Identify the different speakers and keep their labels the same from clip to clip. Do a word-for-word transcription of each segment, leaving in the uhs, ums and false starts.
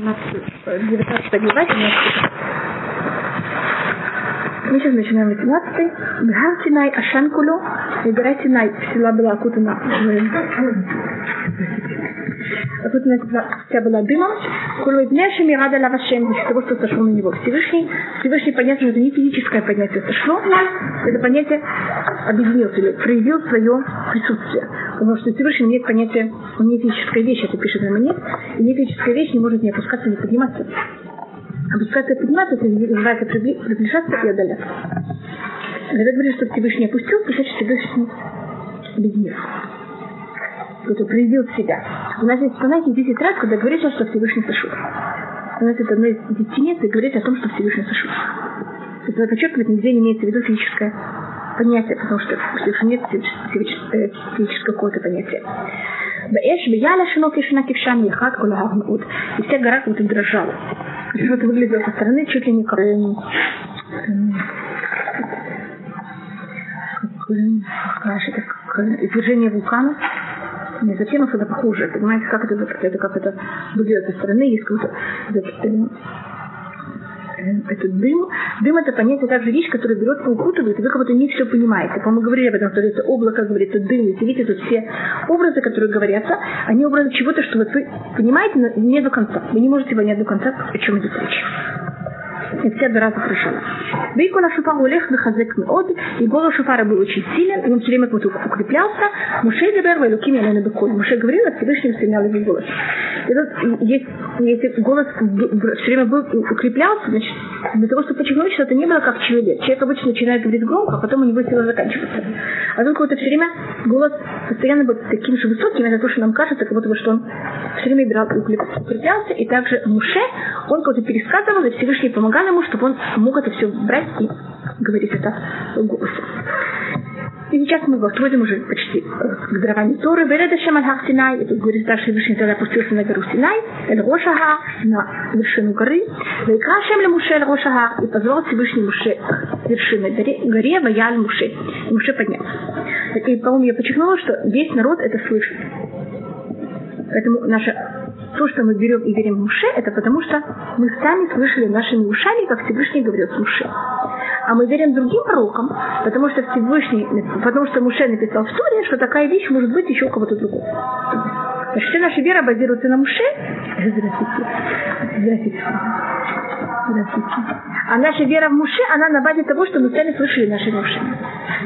Speaker 1: девятнадцатая глава, мы сейчас начинаем восемнадцатый. Бхар Синай Ашанкулу, и гора Синай села была окутана, окутана вся была дымом. Кулу Иднеша Мирада Лавашем, из того, что сошел на него Всевышний. Всевышний понятие, это не физическое понятие сошло, это понятие объединился или проявил свое присутствие. Потому что Всевышний нет понятия, он не физическая вещь, это пишет нам нет, и не физическая вещь не может не опускаться, не подниматься. Опускаться и подниматься, это называется приближаться и отдаляться. Когда говорит, что Всевышний опустился, значит, Всевышний объединился. Кто-то проявил себя. У нас есть, знаете, десять раз, когда говорится, что Всевышний сошел. У нас это одно из десяти мест, и говорится о том, что Всевышний сошел. Это подчеркивает, нигде не имеется в виду физическое понятие, потому что Всевышний нет физического какого-то понятия. И вся гора как будто дрожала. Что-то выглядело со стороны чуть ли не как, как, как извержение вулкана. Не совсем, а что-то похуже. Понимаете, как это, это, как это выглядит со стороны, есть какой-то этот, этот дым. Дым — это понятие также вещь, которая берет и укутывает, и вы как будто не все понимаете. По-моему, мы говорили об этом, что это облако, говорится дым, и видите, тут все образы, которые говорятся, они образы чего-то, что вот вы понимаете, но не до конца. Вы не можете понять до конца, о чем идет речь. И вся гора закрушена. Бейкуна шуфар улех вехазек меод, и голос шуфара был очень силен, и он все время как-то укреплялся. Муше дебер вэлуким ялену беколь. Муше говорил, а Всевышний устремлял его голос. И тут, есть, если голос все время был, укреплялся, значит, для того, чтобы подчеркнуть, что это не было как человек. Человек обычно начинает говорить громко, а потом у него сила заканчивается. А тут как-то все время голос постоянно был таким же высоким, это то, что нам кажется, как будто бы, что он все время брал и укреплялся. И также Муше, он как-то пересказывал, и Всевышний помогал ему, чтобы он мог это все брать и говорить это в голосе. И сейчас мы подходим уже почти к дарованию Торы. Береда Шем аль-Хах Синай, и тут говорит, что Всевышний тогда опустился на гору Синай, эль-Рошага, на вершину горы. Вайкра Шем ле-Муше эль-Рошага, и позвал Всевышний Муше к вершине горе, ваяль Муше. И Муше поднялся. И, по-моему, я подчеркнула, что весь народ это слышит. Поэтому наше то, что мы берем и верим в Муше, это потому что мы сами слышали нашими ушами, как Всевышний говорил с Муше. А мы верим другим пророкам, потому что Всевышний, потому что Муше написал в Торе, что такая вещь может быть еще у кого-то другого. Значит, вся наша вера базируется на Муше. Здравствуйте. Здравствуйте. Здравствуйте. А наша вера в Муше, она на базе того, что мы сами слышали нашими ушами.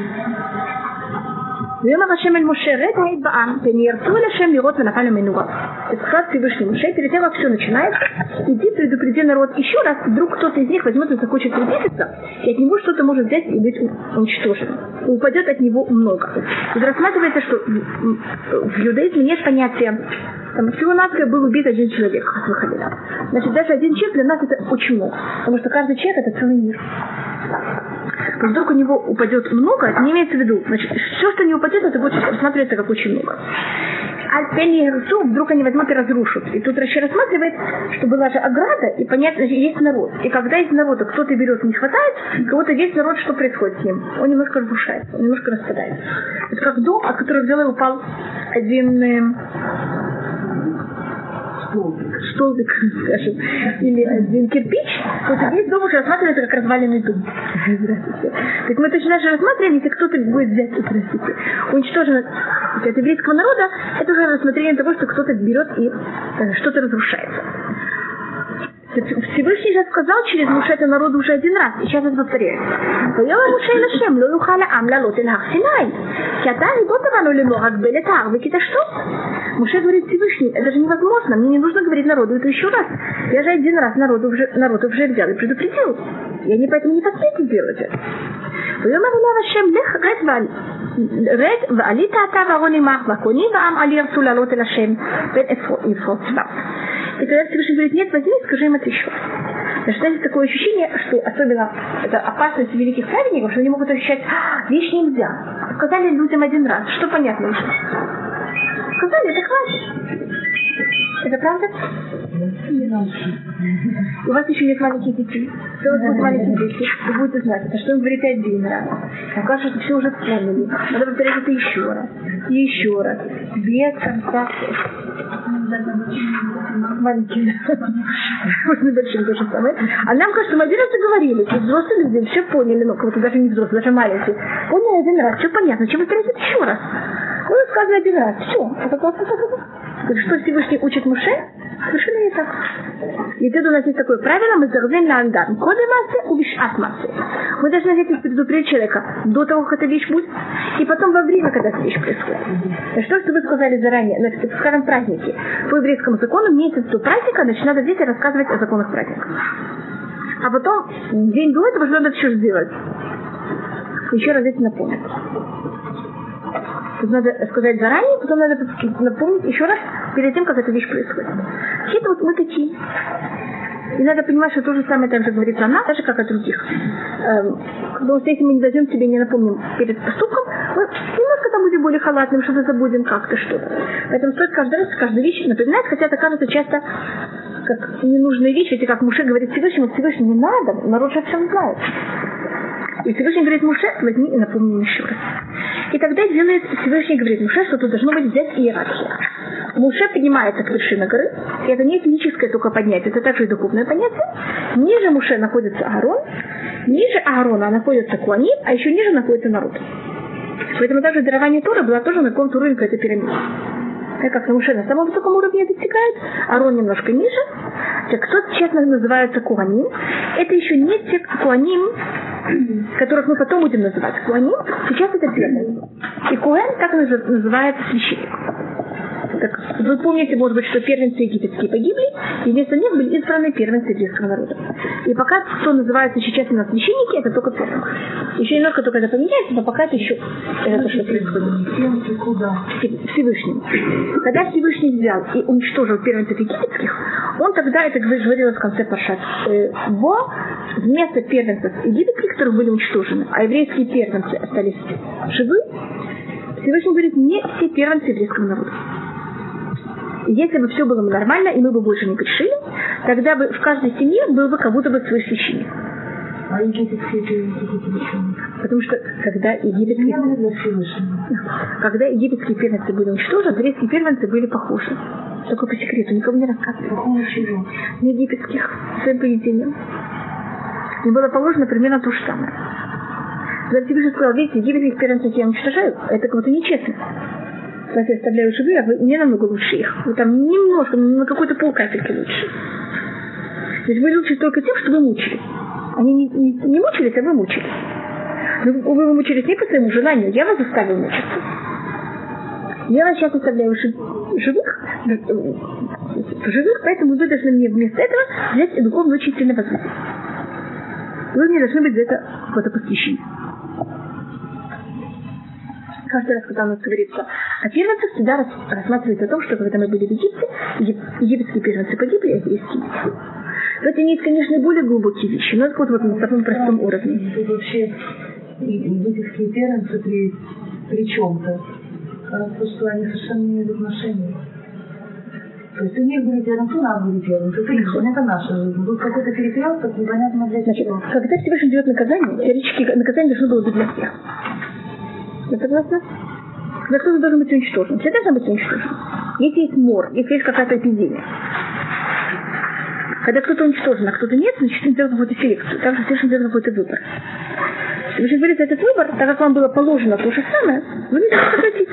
Speaker 1: ויאמר השם אל משה רד העד בעם פן ירצו אל השם לראות ונפל למנורה. Это сказал Всевышний Муше, перед тем, как все начинается, иди предупреди народ еще раз, вдруг кто-то из них возьмет и захочет трудиться, и от него что-то может взять и быть уничтожен. И упадет от него много. И рассматривается, что в иудаизме нет понятия, там, всего нас был убит один человек, значит, даже один человек для нас это очень много, потому что каждый человек это целый мир. Но вдруг у него упадет много, не имеется в виду, значит, все, что не упадет, это будет рассматриваться как очень много. А Пеньерцу вдруг они возьмут и разрушат. И тут Раши рассматривает, что была же ограда, и понятно, есть народ. И когда из народа кто-то берет, не хватает, кого-то весь народ, что происходит с ним? Он немножко разрушается, он немножко распадается. Это как дом, от которого взял и упал один э, столбик, столбик, скажем, или один кирпич, то весь дом уже рассматривается как разваленный дом. Здравствуйте. Так мы точно даже рассматриваем, если кто-то будет взять, здравствуйте, уничтожено от еврейского народа, это уже рассмотрение того, что кто-то берет и э, что-то разрушается. Всевышний же сказал через Муше это народу уже один раз, и сейчас это повторяется. ויאמר משה אל השם לא יוכל העם לעלות אל הר סיני, כי אתה ריבונות בנו לאמור הגבל את ההר וכתשתו. Муше говорит Всевышний, это же невозможно, мне не нужно говорить народу это еще раз. Я же один раз народу уже, народу уже взял и предупредил. И они поэтому не посмеют сделать это. ויאמר אליו השם לך רד ועל רד ועלית אתה ואהרון עמך והכהנים והעם אל ירצו לעלות אל השם בין אפרוץ בה. И тогда Всевышний говорит, нет, возьми, скажи им это еще. Значит, есть такое ощущение, что особенно это опасность великих праведников, что они могут ощущать, а, вещь нельзя. Сказали людям один раз, что понятно уже. Сказали, это хватит. Это правда? У вас еще нет маленьких детей. Когда у вас будут маленькие дети, вы будете знать, это что он говорит один раз. Вам кажется, что все уже вспомнили. Надо повторять это еще раз. И еще раз. Без конца. Маленькие, очень большие, то же самое. А нам кажется, мы один раз и говорили, что взрослые люди все поняли, ну, кого-то даже не взрослые, даже маленькие. Поняли один раз, все понятно, чем вы спрашиваете еще раз? Ну, сказали один раз, все. Что Всевышний учит Моше? Совершенно не так. И тут у нас есть такое правило, мы заглавляем на андан. Коды массы, убишь от массы. Мы должны здесь предупредить человека до того, как эта вещь будет, и потом во время, когда эта вещь происходит. То что, что вы сказали заранее, на, скажем, праздники. По еврейскому закону месяц до праздника начинают дети рассказывать о законах праздника. А потом, день до этого, что надо все сделать? Еще раз эти напомнить. Тут надо сказать заранее, потом надо напомнить еще раз перед тем, как эта вещь происходит. Это вот мы такие. И надо понимать, что то же самое также говорится о нас, даже как о других. Эм, потому что если мы не дадим себе, не напомним перед поступком, мы немножко там будем более халатным, что-то забудем как-то что-то. Поэтому стоит каждый раз, каждую вещь напоминать, хотя это кажется часто как ненужная вещь, ведь как Моше говорит Всевышнему, Всевышнему не надо, народ же о всем знает. И Всевышний говорит Моше, возьми и напомни еще раз. И тогда делает Всевышний говорит Моше, что тут должно быть здесь иерархия. Моше поднимается к вершине горы, и это не физическое только поднятие, это также и духовное понятие. Ниже Моше находится Аарон, ниже Аарона находится Коаним, а еще ниже находится народ. Поэтому также дарование Торы было тоже на каком-то уровне какой-то пирамиды. Так как Моше на самом высоком уровне достигает, Аарон немножко ниже. Так кто честно называется Коаним, это еще не те Коаним, которых мы потом будем называть Коаним, сейчас это первое. И Коэн так называется священник. Так, вы помните, может быть, что первенцы египетские погибли, и вместо них были избраны первенцы еврейского народа. И пока кто называется сейчас у нас священники, это только первенцы. Еще немножко только это поменяется, но пока это еще это то, что происходит. Всевышний. Когда Всевышний взял и уничтожил первенцев египетских, он тогда, это говорилось в конце Паршат, э, Бо, вместо первенцев египетских, которые были уничтожены, а еврейские первенцы остались живы, Всевышний говорит, не все первенцы еврейского народа. Если бы все было нормально, и мы бы больше не грешили, тогда бы в каждой семье был бы как будто бы свой священник.
Speaker 2: А египетские первенцы?
Speaker 1: Потому что когда египетские, когда египетские первенцы были уничтожены, еврейские первенцы были похожи. Только по секрету, никому не рассказывали.
Speaker 2: Похожи чего?
Speaker 1: На египетских, своим поведением. Им было положено примерно то же самое. Когда Всевышний сказал, видите, египетских первенцев я уничтожаю, это как будто нечестно. Вас я оставляю живые, а вы не намного лучше их. Вы там немножко, на какой-то полкапельки лучше. То есть вы лучше только тем, что вы мучили. Они не, не, не мучились, а вы мучили. Но вы, вы мучились не по своему желанию, я вас заставил мучиться. Я вас сейчас оставляю живых, живых, поэтому вы должны мне вместо этого взять и духовно очень сильно возвысить. Вы мне должны быть за это какое-то посвящение. Каждый раз, когда у нас говорится о первенцах, всегда рассматривается о том, что когда мы были в Египте, египетские первенцы погибли, а еврейские нет. Это имеет, конечно, более глубокие вещи, но это вот, вот на самом простом уровне.
Speaker 2: Тут вообще египетские первенцы при, при чем-то, кажется, что они совершенно не имеют отношения. То есть у них были первенцы, у нас были первенцы, это их жизнь, это наша жизнь. Тут какой-то перекрёст, так непонятно для
Speaker 1: Значит,
Speaker 2: чего.
Speaker 1: когда Всевышний дает наказание, теоретически наказание должно было быть для всех. Вы согласны? Когда кто-то должен быть уничтожен, все должны быть уничтожены. Если есть мор, если есть какая-то эпидемия. Когда кто-то уничтожен, а кто-то нет, значит, он делает какую-то селекцию. Также Всевышний делает какой-то выбор. Всевышний говорит, этот выбор, так как вам было положено то же самое, вы не должны сократить.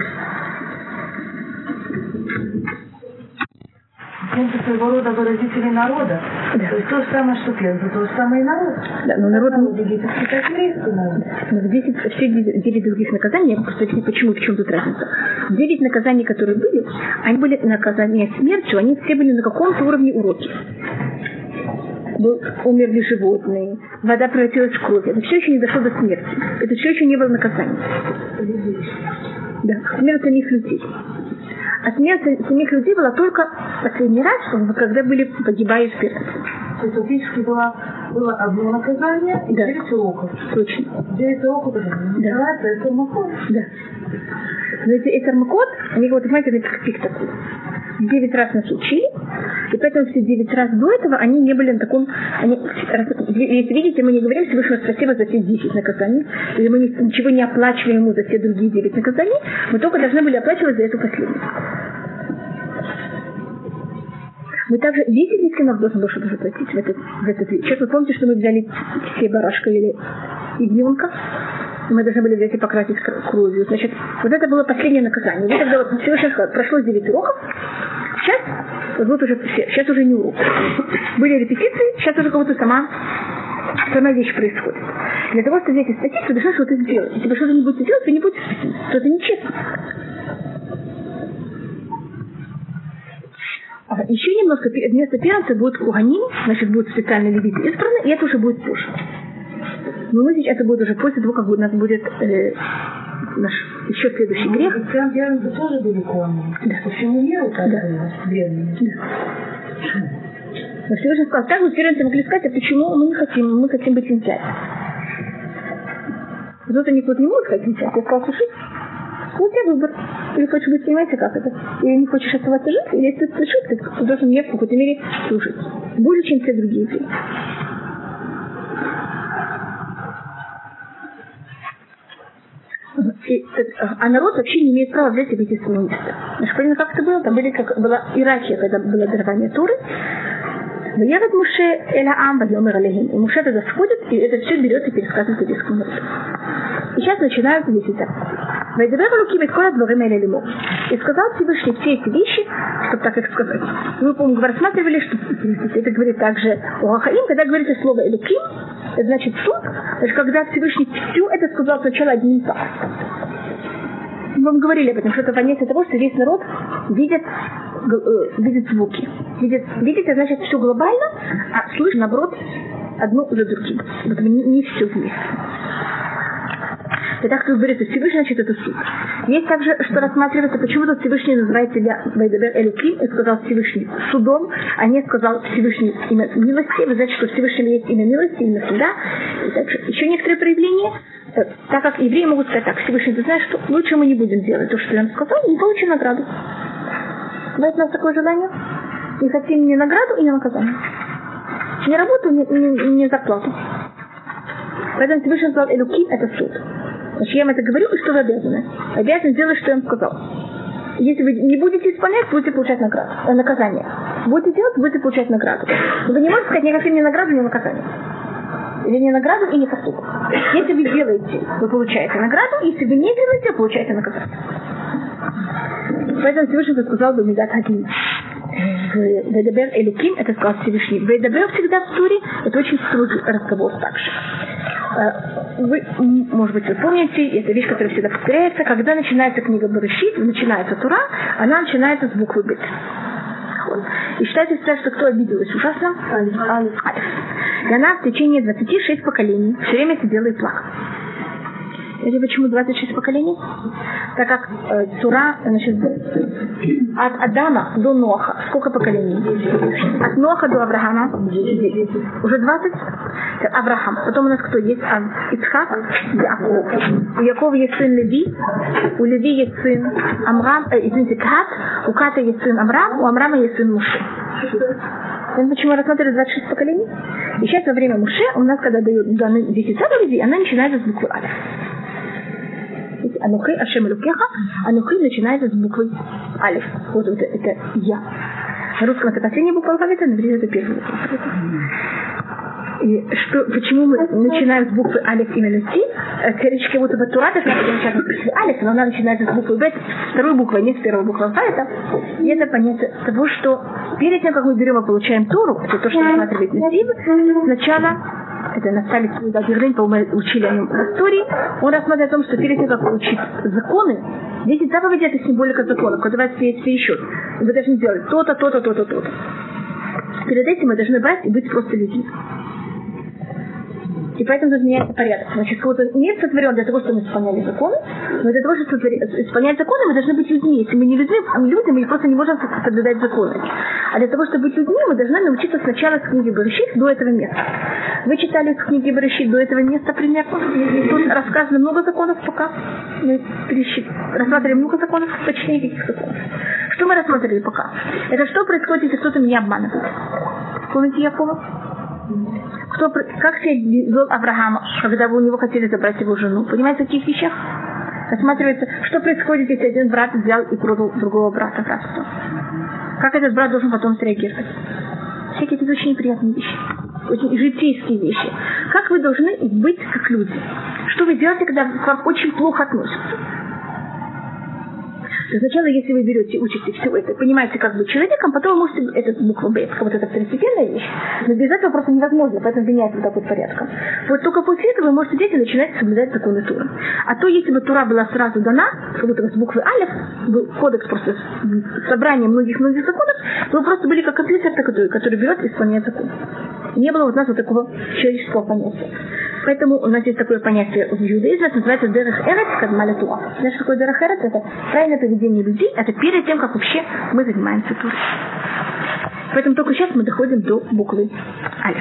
Speaker 2: Это своего рода выразители народа. Да. То есть то же самое, что первенцы, то же самое и народ.
Speaker 1: Да, но народ...
Speaker 2: народ египетский, как еврейский народ.
Speaker 1: Но десять, все девять других наказаний, я просто объясню, почему, в чем тут разница. Девять наказаний, которые были, они были наказания смертью, они все были на каком-то уровне уроки. Был, умерли животные, вода превратилась в кровь. Это все еще не дошло до смерти. Это все еще не было наказанием. Да, смерть самих людей. А смерть самих людей была только последний раз, когда были погибают первенцы.
Speaker 2: То есть фактически было, было одно наказание и
Speaker 1: да.
Speaker 2: девять уроков.
Speaker 1: Точно.
Speaker 2: Девять уроков это называется да. Эсармакот.
Speaker 1: Да. Но эти Эсармакот, они вот, понимаете, это как пик такой. Девять раз нас учили, и поэтому все девять раз до этого они не были на таком... Они, если видите, мы не говорим Всевышнему спасибо за все десять наказаний, или мы ничего не оплачиваем ему за все другие девять наказаний, мы только должны были оплачивать за эту последнюю. Мы также, весь еврейский народ должен был что-то заплатить в этот, в этот вечер. Вы помните, что мы взяли все барашка или ягненка? Мы должны были взять и покрасить кровью. Значит, вот это было последнее наказание. Вы тогда вот Всевышний сказал, прошло девять уроков, сейчас, вот, вот уже все, сейчас уже не урок. Были репетиции, сейчас уже кого-то сама, сама вещь происходит. Для того, чтобы взять и статить, вы должны что-то сделать. Если вы что-то не будете делать, вы не будете статить. То это нечестно. Еще немножко, вместо первенца будет куганим, значит, будет специальный левит избранный, и это уже будет позже. Но мы сейчас, это будет уже после того, как у нас будет э, наш еще следующий грех.
Speaker 2: Христиан первенцы тоже были куганим?
Speaker 1: Да.
Speaker 2: По всему миру так
Speaker 1: да.
Speaker 2: было, древние?
Speaker 1: Да. Но Всевышний сказал, так вот первенцы могли сказать, а почему мы не хотим, мы хотим быть лентяями. Кто-то не кто-то не может хотеть лентяем. Я сказал, слушай, у тебя выбор. Или хочешь быть, понимаете, как это? Или не хочешь оставаться жить, или если ты слышишь, ты должен мне в какой-то мере слушать. Больше, чем все другие евреи. И, а народ вообще не имеет права взять и выйти из своего места. Значит, понятно, как это было? Там были, как, была иерархия, когда было дарование Торы. Ваяват Муше эля ам вайомер алейхим. И Муше тогда сходит, и это все берет и пересказывает еврейскому народу. И сейчас начинаются десять заповедей. Вайдабер Элоким эт кола дворим эля лимо. И сказал Всевышний все эти вещи, чтобы так их сказать. Мы, по-моему, рассматривали, что это говорит также о Ахаим, когда говорится слово Элоким, это значит суд, значит, когда Всевышний все это сказал сначала одним пахом. Мы вам говорили об этом, что это понятие того, что весь народ видит, э, видит звуки. Видит, видит, это значит все глобально, а слышит, наоборот, одно за другим. Вот не, не все вместе. И так, кто говорит, Всевышний, значит, это суд. Есть также, что рассматривается, почему тут Всевышний называет себя Вайдабер Элоким, и сказал Всевышний судом, а не сказал Всевышний имя милости. Вы знаете, что в Всевышнем есть имя милости, имя суда. И также еще некоторые проявления. Так как евреи могут сказать так, Всевышний, ты знаешь, что лучше мы не будем делать то, что я вам сказал, и не получим награду. Бывает у нас такое желание? Не хотим ни награду, и ни наказание. Ни работу, ни, ни, ни зарплату. Поэтому Всевышний сказал, Элоким – это суд. Значит, я вам это говорю, и что вы обязаны? Обязаны сделать, что я вам сказал. Если вы не будете исполнять, будете получать награду, э, наказание. Будете делать, будете получать награду. Но вы не можете сказать, не хотим ни награду, ни наказание. Или не награду, и не поступок. Если вы делаете, вы получаете награду, если вы не делаете, вы получаете наказание. Поэтому Всевышний сказал бы Медат Хадим. Вейдабер Элоким, это сказал Всевышний. Вейдабер всегда в Торе, это очень строгий разговор также. Вы, может быть, вы помните, это вещь, которая всегда повторяется, когда начинается книга Берешит, начинается Тора, она начинается с буквы Бет. И считайте, что кто обиделась ужасно? Алиф. И она в течение двадцати шести поколений все время сидела и плакала. Знаете, почему двадцать шесть поколений? Так как э, Тура, значит, от Адама до Ноха, сколько поколений? От Ноха до Авраама уже двадцать. Авраам. Потом у нас кто есть? Ицхак, Яков. У Якова есть сын Леви, у Леви есть сын Амрам, э, извините, Кат, у Ката есть сын Амрам, у Амрама есть сын Муше. Почему мы рассмотрели двадцать шесть поколений? И сейчас во время Муше, у нас, когда дают даны десять заповедей, она начинается с буквы Алеф. Анухи, Ашем Элокеха, Анухи начинается с буквы Алеф. Вот это, это я. На русском это последняя буква алфавита, на иврите это первая буква алфавита. И что, почему мы начинаем с буквы Алеф именно Ти? Теоретически как будто бы Тура должна начинаться с буквы Алеф, но она начинается с буквы Бет, с второй буквы, не с первой буквы алфавита. И это понятие того, что перед тем, как мы берем и получаем Тору, это то, что рассматривает Насиб, сначала, это Нафтали Берлин, по-моему, учили о нем в истории, он рассматривает о том, что перед тем, как получить законы, десять заповедей это символика законов, когда есть пересчет. Вы должны делать то-то, то-то, то-то, то-то. Перед этим мы должны брать и быть просто людьми. И поэтому тут меняется порядок. Значит, кого-то мир сотворен для того, чтобы мы исполняли законы, но для того, чтобы исполнять законы, мы должны быть людьми. Если мы не людьми, а мы люди, мы просто не можем соблюдать законы. А для того, чтобы быть людьми, мы должны научиться сначала с книги Берешит до этого места. Вы читали с книги Берешит до этого места примерно? Тут рассказано много законов пока. Мы рассматривали много законов, точнее каких законов. Что мы рассматривали пока? Это что происходит, если кто-то меня обманывает? Помните Якова? Кто, как себя вел Авраам, когда вы у него хотели забрать его жену? Понимаете, в каких вещах? Рассматривается, что происходит, если один брат взял и продал другого брата в рабство. как этот брат должен потом среагировать. Всякие это очень неприятные вещи, очень житейские вещи. Как вы должны быть как люди? Что вы делаете, когда к вам очень плохо относятся? Сначала, если вы берете, учите все это, понимаете, как быть человеком, потом вы можете, это буква Б, вот это второстепенная вещь, но без этого просто невозможно, поэтому меняется вот такой порядком. Вот только после этого вы можете дети начинать соблюдать законы Торы. А то, если бы Тора была сразу дана, как будто с буквы Алеф, был кодекс просто собрание многих-многих законов, вы просто были как компьютер, который, который берет и исполняет закон. Не было вот у нас вот такого человеческого понятия. Поэтому у нас есть такое понятие в иудаизме, это называется дерех эрец кадма летуа. Знаешь, что такое дерех эрец? Это правильное поведение людей, это перед тем, как вообще мы занимаемся Торой. Поэтому только сейчас мы доходим до буквы Алеф.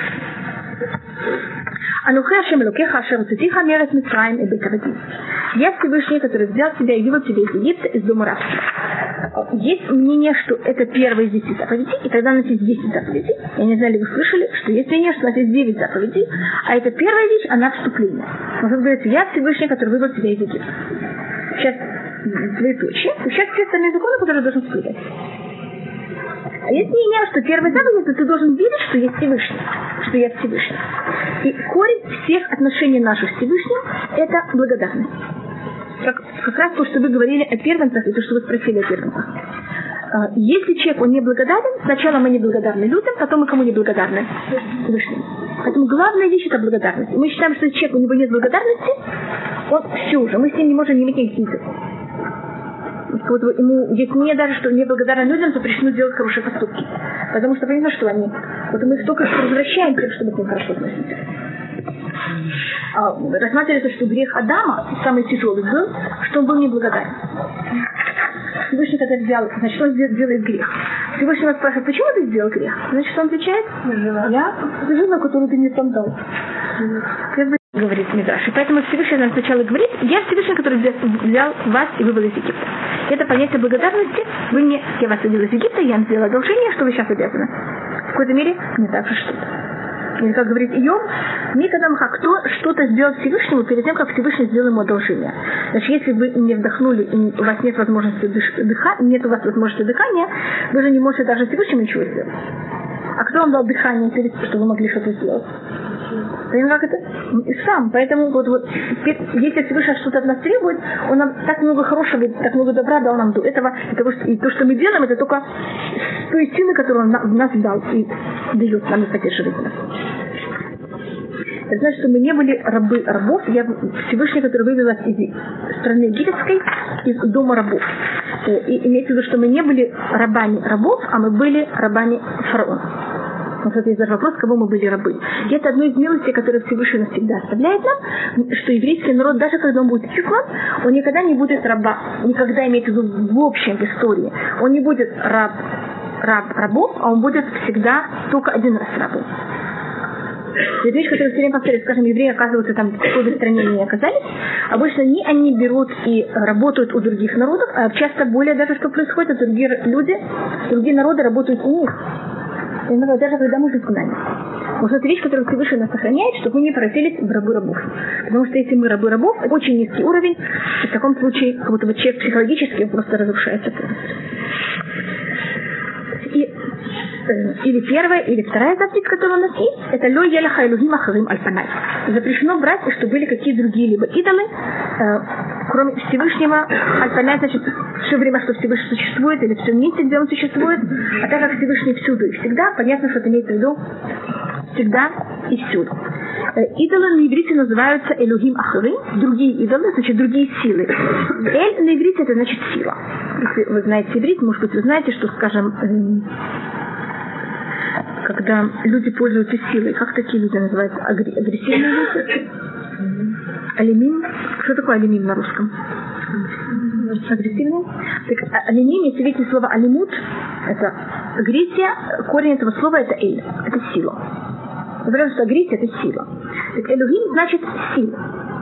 Speaker 1: Анухи Ашем Элокеха Ашер Уцитиха Мерец Мицраим и Бейт-Авадим. Я Всевышний, который взял тебя и вывел тебя из Египта, из дома рабства. Есть мнение, что это первая из десяти заповедей, и тогда у нас есть десять заповедей. Я не знаю, ли вы слышали, что есть мнение, что у нас есть девять заповедей, а это первая вещь, она вступление. Но тут говорится, я Всевышний, который вывел тебя из Египта. Сейчас двоеточие, и сейчас все остальные законы, которые должен соблюдать. А есть мнение, что первая заповедь, это ты должен видеть, что есть Всевышний, что я Всевышний. И корень всех отношений наших с Всевышним – это благодарность. Как, как раз то, что вы говорили о первенцах, и то, что вы спросили о первенцах. Если человек, он не благодарен, сначала мы не благодарны людям, потом мы кому не благодарны? Всевышнему. Поэтому главная вещь – это благодарность. И мы считаем, что если человек, у него нет благодарности, он все уже, мы с ним не можем иметь никаких дел. Вот ему, если мне даже, что неблагодарным людям, то запрещено делать хорошие поступки. Потому что понятно, что они. Вот мы их только что возвращаем тем, чтобы к ним хорошо относиться. А, рассматривается, что грех Адама, самый тяжелый был, что он был неблагодарен. Всевышний, когда взял, значит, он делает грех. Всевышний вас спрашивает, почему ты сделал грех? Значит, он отвечает, я это жена, которую ты мне там дал. Говорит Мидраш. И поэтому Всевышний нам сначала говорит, я Всевышний, который взял вас и вывел из Египта. Это понятие благодарности. Вы мне, я вас вывел из Египта, я вам сделала одолжение, что вы сейчас обязаны. В какой-то мере не так же что-то. Или, как говорит Иов, никогда кто что-то сделал Всевышнему перед тем, как Всевышний сделал ему одолжение. Значит, если вы не вдохнули, и у вас нет возможности дыхания, нет у вас возможности дыхания, вы же не можете даже Всевышнему ничего сделать. А кто вам дал дыхание, перед тем, чтобы вы могли что-то сделать? Понимаете, как это? И сам. Поэтому вот, вот, если Всевышний что-то от нас требует, он нам так много хорошего, так много добра дал нам до этого. И, того, что, и то, что мы делаем, это только с той силы, которую он в нас дал и дает нам и поддерживает нас. Это значит, что мы не были рабы рабов. Я Всевышний, который вывел нас из страны египетской, из дома рабов. И имеется в виду, что мы не были рабами рабов, а мы были рабами фараона. Вот есть даже вопрос, кого мы были рабы. И это одно из милостей, которые Всевышний нас всегда оставляет нам, что еврейский народ, даже когда он будет числом, он никогда не будет раба, никогда имеет в виду в общем в истории. Он не будет раб, раб рабов, а он будет всегда только один раз рабом. Это вещь, которую все время повторяют, скажем, евреи оказываются там в какой-то стране не оказались, обычно не они берут и работают у других народов, а часто более даже что происходит, другие люди, другие народы работают у них. Иногда даже когда мы в изгнании. Вот это вещь, которую Всевышний нас сохраняет, чтобы мы не превратились в рабы рабов. Потому что если мы рабы рабов, это очень низкий уровень, и в таком случае, как будто бы человек психологически просто разрушается полностью. И, э, или первая, или вторая заповедь, которая у нас есть, это «Ло елаха элухим ахарим аль-панай». Запрещено брать, и что были какие другие либо идолы, э, кроме Всевышнего. Аль-панай, значит, все время, что Всевышний существует, или все месте, где он существует, а так как Всевышний всюду и всегда, понятно, что это имеется в виду всегда и всюду. Э, идолы на иврите называются элухим ахарим, другие идолы, значит, другие силы. Эль на иврите это значит сила. Если вы знаете иврит, может быть, вы знаете, что, скажем, э, когда люди пользуются силой, как такие люди называются? Агр- агрессивные люди? Алимим? Что такое алимим на русском? Агрессивный? Так, алимим, если видите слово алимут, это агрессия, корень этого слова это эль, это сила. Например, что агрессия это сила. Так элюгим значит сила.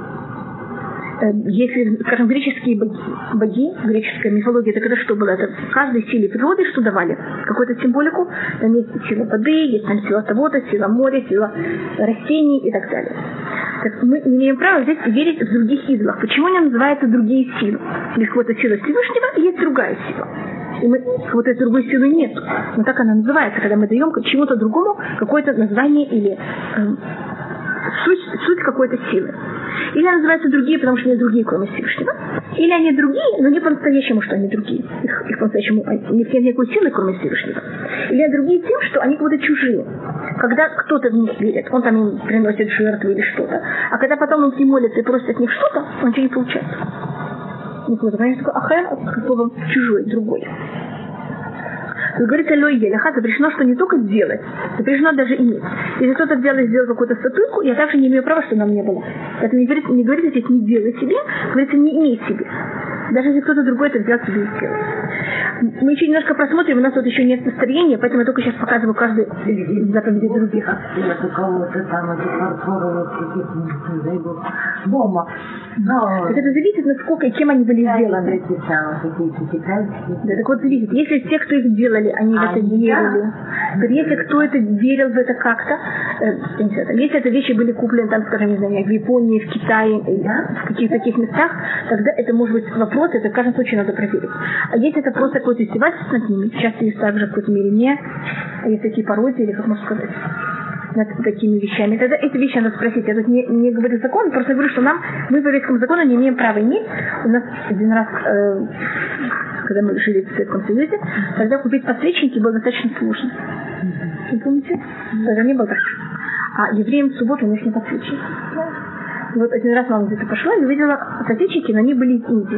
Speaker 1: Если, скажем, греческие боги, боги, греческая мифология, это когда что было? Это в каждой силе природы что давали? Какую-то символику. Там есть сила воды, есть там сила того-то, сила моря, сила растений и так далее. Так мы не имеем права здесь верить в других идолах. Почему они называются другие силы? Есть какая-то сила Всевышнего, и есть другая сила. И мы, вот этой другой силы нет. Но так она называется, когда мы даем чему-то другому какое-то название или э, суть, суть какой-то силы. Или они называются другие, потому что они другие, кроме Всевышнего. Или они другие, но не по-настоящему, что они другие. Их, их по-настоящему, у них нет никакой силы, кроме Всевышнего. Или они другие тем, что они как будто чужие. Когда кто-то в них верит, он там им приносит жертву или что-то. А когда потом он к ним молится и просит от них что-то, он ничего не получает. Не получает. Конечно, такой ахэр, как словом чужой, другой. Тут говорится, лой елеха, запрещено, что не только делать, запрещено даже иметь. Если кто-то взял и сделал какую-то статуйку, я также не имею права, что нам не было. Это не говорится, не говорится здесь не делай себе, говорится не имей себе. Даже если кто-то другой это взял себе и сделал. Мы еще немножко просмотрим, у нас тут еще нет настроения, поэтому я только сейчас показываю каждый заповеди других.
Speaker 2: Нет у кого-то там эти фарфоровые какие-то, дай бог, дома. Но...
Speaker 1: Так это зависит, насколько и кем они были сделаны. Да, так вот зависит. Если те, кто их делали, они в это верили, то если кто это верил в это как-то, э, если это вещи были куплены, там, скажем, не знаю, в Японии, в Китае, в каких-то таких местах, тогда это может быть вопрос, это в каждом случае надо проверить. А если это просто какое-то издевательство над ними, часто есть также в какой-то мере не, а есть такие пародии, или как можно сказать, над такими вещами. Тогда эти вещи надо спросить. Я тут не, не говорю закон, просто говорю, что нам, мы по еврейскому закону не имеем права иметь. У нас один раз, э, когда мы жили в Советском Союзе, тогда купить подсвечники было достаточно сложно. Вы помните? Тогда не было так. А евреям в субботу у них не подсвечники. Вот один раз мама где-то пошла и увидела подсвечники, но они были из Индии.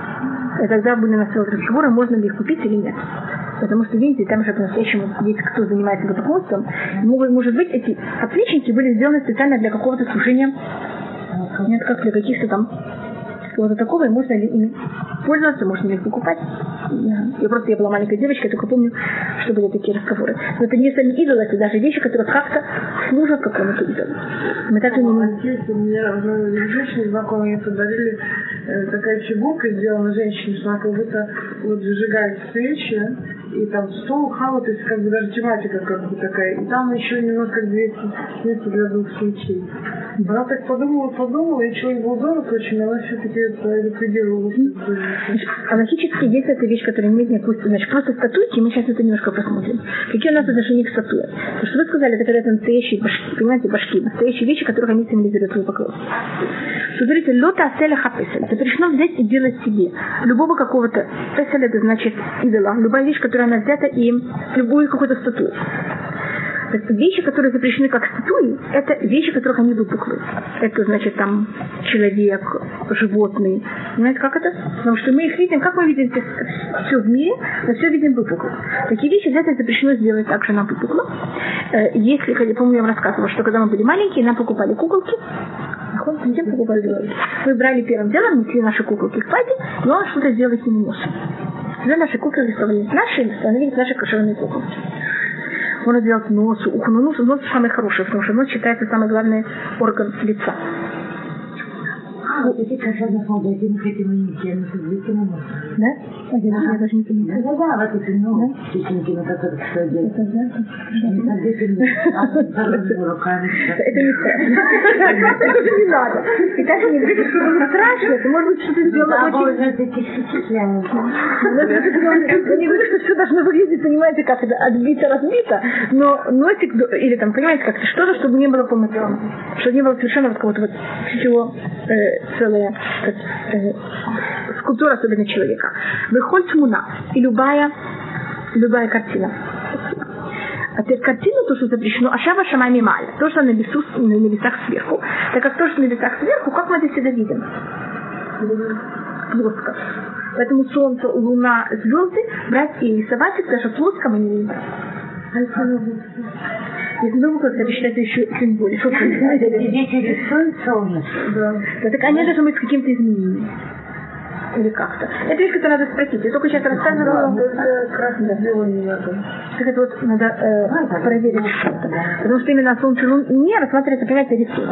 Speaker 1: И тогда были на целых разговоры, можно ли их купить или нет. Потому что, видите, там же по-настоящему есть кто занимается богословством. Могут, может быть, эти подсвечники были сделаны специально для какого-то служения, нет, как для каких-то там чего-то такого, и можно ли ими пользоваться, можно ли их покупать. Я, я просто, я была маленькой девочкой, я только помню, что были такие разговоры. Но это не сами идолы, это даже вещи, которые как-то служат какому-то идолу. Мы так и не можем.
Speaker 3: У меня у женщины знакомые подарили э, такая фигурка, сделана женщине, что она как будто вот зажигает свечи, и там стол, хава, то есть как бы даже тематика как бы такая, и там еще немножко двести места для двух свечей. Она так подумала, подумала, и человек был дорог очень, она все-таки это ликвидировала.
Speaker 1: Логически, если это вещь, которая не имеет никакой, значит, просто статуйки, мы сейчас это немножко посмотрим. Какие у нас отношения к статуе? То, что вы сказали, это когда это настоящие башки, понимаете, башки, настоящие вещи, которых они символизируют свой поклонство. Что говорите, лота аселя хапесель, запрещено взять и делать себе любого какого-то, песель это значит идола, любая вещь, которая она взята, и любую какую-то статую. То есть вещи, которые запрещены как статуи, это вещи, которых они выпуклые. Это значит там человек, животный. Понимаете, как это? Потому что мы их видим, как мы видим здесь все в мире, мы все видим выпукло. Такие вещи взять запрещено сделать также нам выпукло. Если, я помню, я вам рассказывала, что когда мы были маленькие, нам покупали куколки. Зачем покупали? Мы брали первым делом, несли наши куколки к папе, и он что-то сделать с ними носом. Тогда наши куколки становились наши, и становились наши кошерные куколки. Он делал нос, ухо, но нос, нос самый хороший, потому что нос считается самый главный орган лица.
Speaker 2: А, вот эти кошерные магазины, эти манекены, это длительно.
Speaker 1: Да? А я, я даже не понимаю.
Speaker 2: Да, да, вот эти, ну, птичники, на которых что делать. Это да?
Speaker 1: Это не страшно. Это не надо. И даже не будет страшно, это может быть что-то сделано очень...
Speaker 2: Это впечатляет.
Speaker 1: Я не говорю, что все должно выглядеть, понимаете, как это отбито, разбито, но носик, или там, понимаете, как-то что-то, чтобы не было полноценно. Чтобы не было совершенно вот какого-то вот всего целая э, скульптура, особенно человека. Выходит муна, и любая, любая картина. А теперь картина, то, что запрещено, ашава шамами маль, то, что на, небесу, на небесах сверху. Так как то, что на небесах сверху, как мы это всегда видим? Плоско. Поэтому солнце, луна, звезды брать и рисовать их даже плоско мы не видим. Если вы как-то считаете еще символик, что вы знаете?
Speaker 2: Дети рисуют солнце.
Speaker 1: Да. Да. Так они должны быть с каким-то изменением. Или как-то. Это вещь, которую надо спросить. Я только сейчас рассказывала.
Speaker 3: Это красное сделано надо.
Speaker 1: Так это вот надо э, проверить что-то. Потому что именно солнце и луне рассматривается, понимаете, рисунок.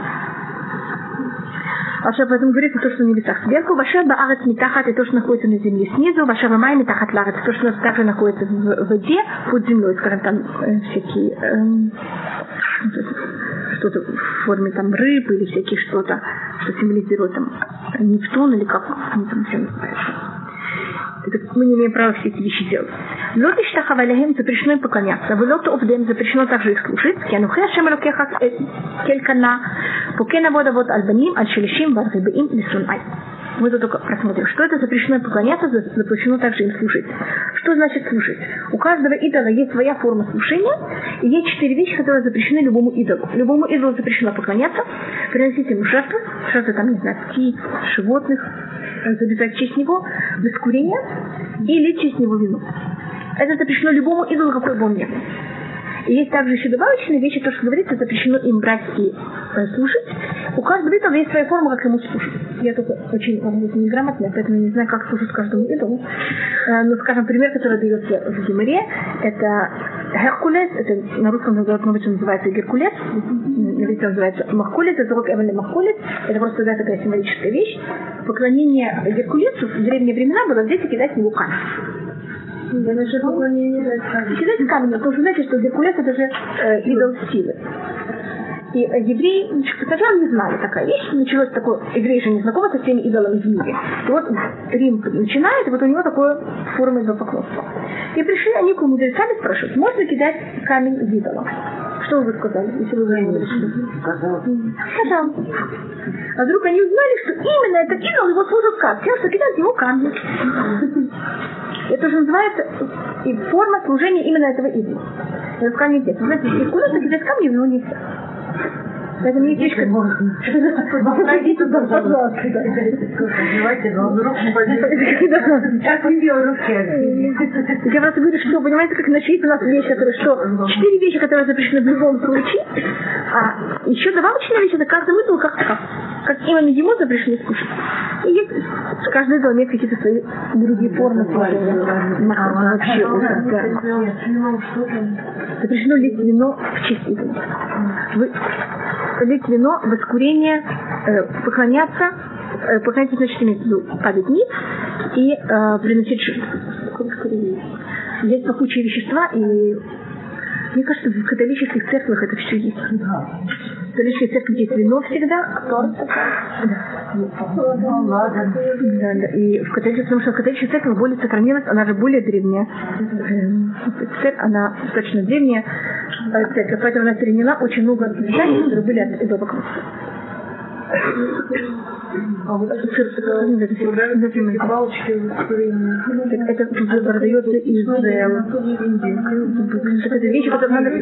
Speaker 1: Ваша поэтому говорится то, что на небесах сверху, ваша баарец митахат, и то, что находится на земле снизу, ваша вамай митахат ларец, то, что также находится в воде под землей, скажем, там э, всякие э, что-то в форме там рыб или всякие что-то, что символизирует там Нептун или как они там все называются. Это мы не имеем права все эти вещи делать. Лот иштахавалахим запрещено им поклоняться. Влот овдем запрещено также их слушать. Кенухи Ашем Элокеха келькана. Покена вода вот альбаним альшелешим варгибеим лисунай. Мы тут только просмотрим, что это запрещено поклоняться, запрещено также им слушать. Что значит слушать? У каждого идола есть своя форма слушания, и есть четыре вещи, которые запрещены любому идолу. Любому идолу запрещено поклоняться, приносить ему жертвы, жертвы там, не знаю, птиц, животных, забирать в честь него, без курения, и лить в честь него вино. Это запрещено любому идолу, какой бы он ни был. И есть также еще добавочные вещи, то, что говорится, запрещено им брать и э, слушать. У каждого идола есть своя форма, как ему слушать. Я только очень, может быть, неграмотная, поэтому не знаю, как слушать каждому идолу. Э, но, скажем, пример, который дается в Геморе, это Геркулес, это на русском называется Геркулес, на иврите называется Махкулес, это рок Эвель Махкулес, это просто да, такая символическая вещь. Поклонение Геркулесу в древние времена было взять и кидать в него камень.
Speaker 3: Да, насчет поклонения
Speaker 1: кидать камень, потому что знаете, что Геркулес это же э, идол силы. И э, евреи сначала не знали такая вещь, началось такое, евреи же не знакомы со всеми идолами в мире. И вот Рим начинает, и вот у него такое форма идолопоклонства. И пришли они к мудрецам и спрашивают, можно кидать камень в идола? Что вы сказали, если вы говорили?
Speaker 2: Сказал.
Speaker 1: Сказал. А вдруг они узнали, что именно этот идол его служит как? Тем, что кидают его камни. Это же называется и форма служения именно этого идола. Это в камне нет. Вы знаете, если куда-то кидать камни, но нельзя. Поэтому есть вещь, как...
Speaker 2: Пройди туда, пожалуйста. Давайте, но вдруг не пойдет. Как вы делаете?
Speaker 1: Я просто говорю, что, понимаете, как начались у нас вещи, которые, что четыре вещи, которые запрещены в любом случае, а еще добавочная вещь, это каждый идол, как, как, как именно ему запрещено слушать. И есть, каждый идол имеет какие-то свои другие формы служения. Вообще уже, запрещено лить вино в честь идола. Вы лить вино, воскурение, э, поклоняться, э, поклоняться, значит, имеется в виду падать ниц и э, приносить жертву. Есть пахучие вещества, и мне кажется, в католических церквях это все есть. В католической церкви есть вино всегда. Да, да. И в католической, потому что в католической церкви более сохранилась, она же более древняя. Церковь, она достаточно древняя церковь, поэтому она переняла очень много писаний, которые были от идолопоклонства.
Speaker 3: А вот эти палочки
Speaker 1: это продается из это вещи, которые надо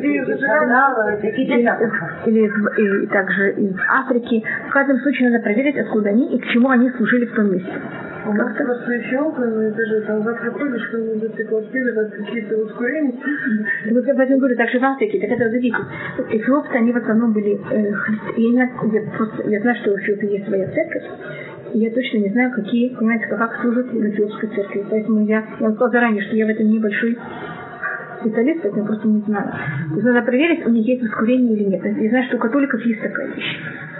Speaker 1: или также из Африки. В каждом случае надо проверить, откуда они и к чему они служили в том месте.
Speaker 3: У нас просто еще окна, ты же там завтра ходишь, что-нибудь эти какие-то воскурения.
Speaker 1: Вот я поэтому говорю, также в Африке, так это зависит. Эфиопцы, они в основном были э, христиане. Я, просто, я знаю, что у Эфиопии есть своя церковь. И я точно не знаю, какие, понимаете, как служат в эфиопской церкви. Поэтому я, я сказала заранее, что я в этом небольшой специалист, поэтому просто не знаю. То есть надо проверить, у них есть воскурение или нет. Я знаю, что у католиков есть такая вещь.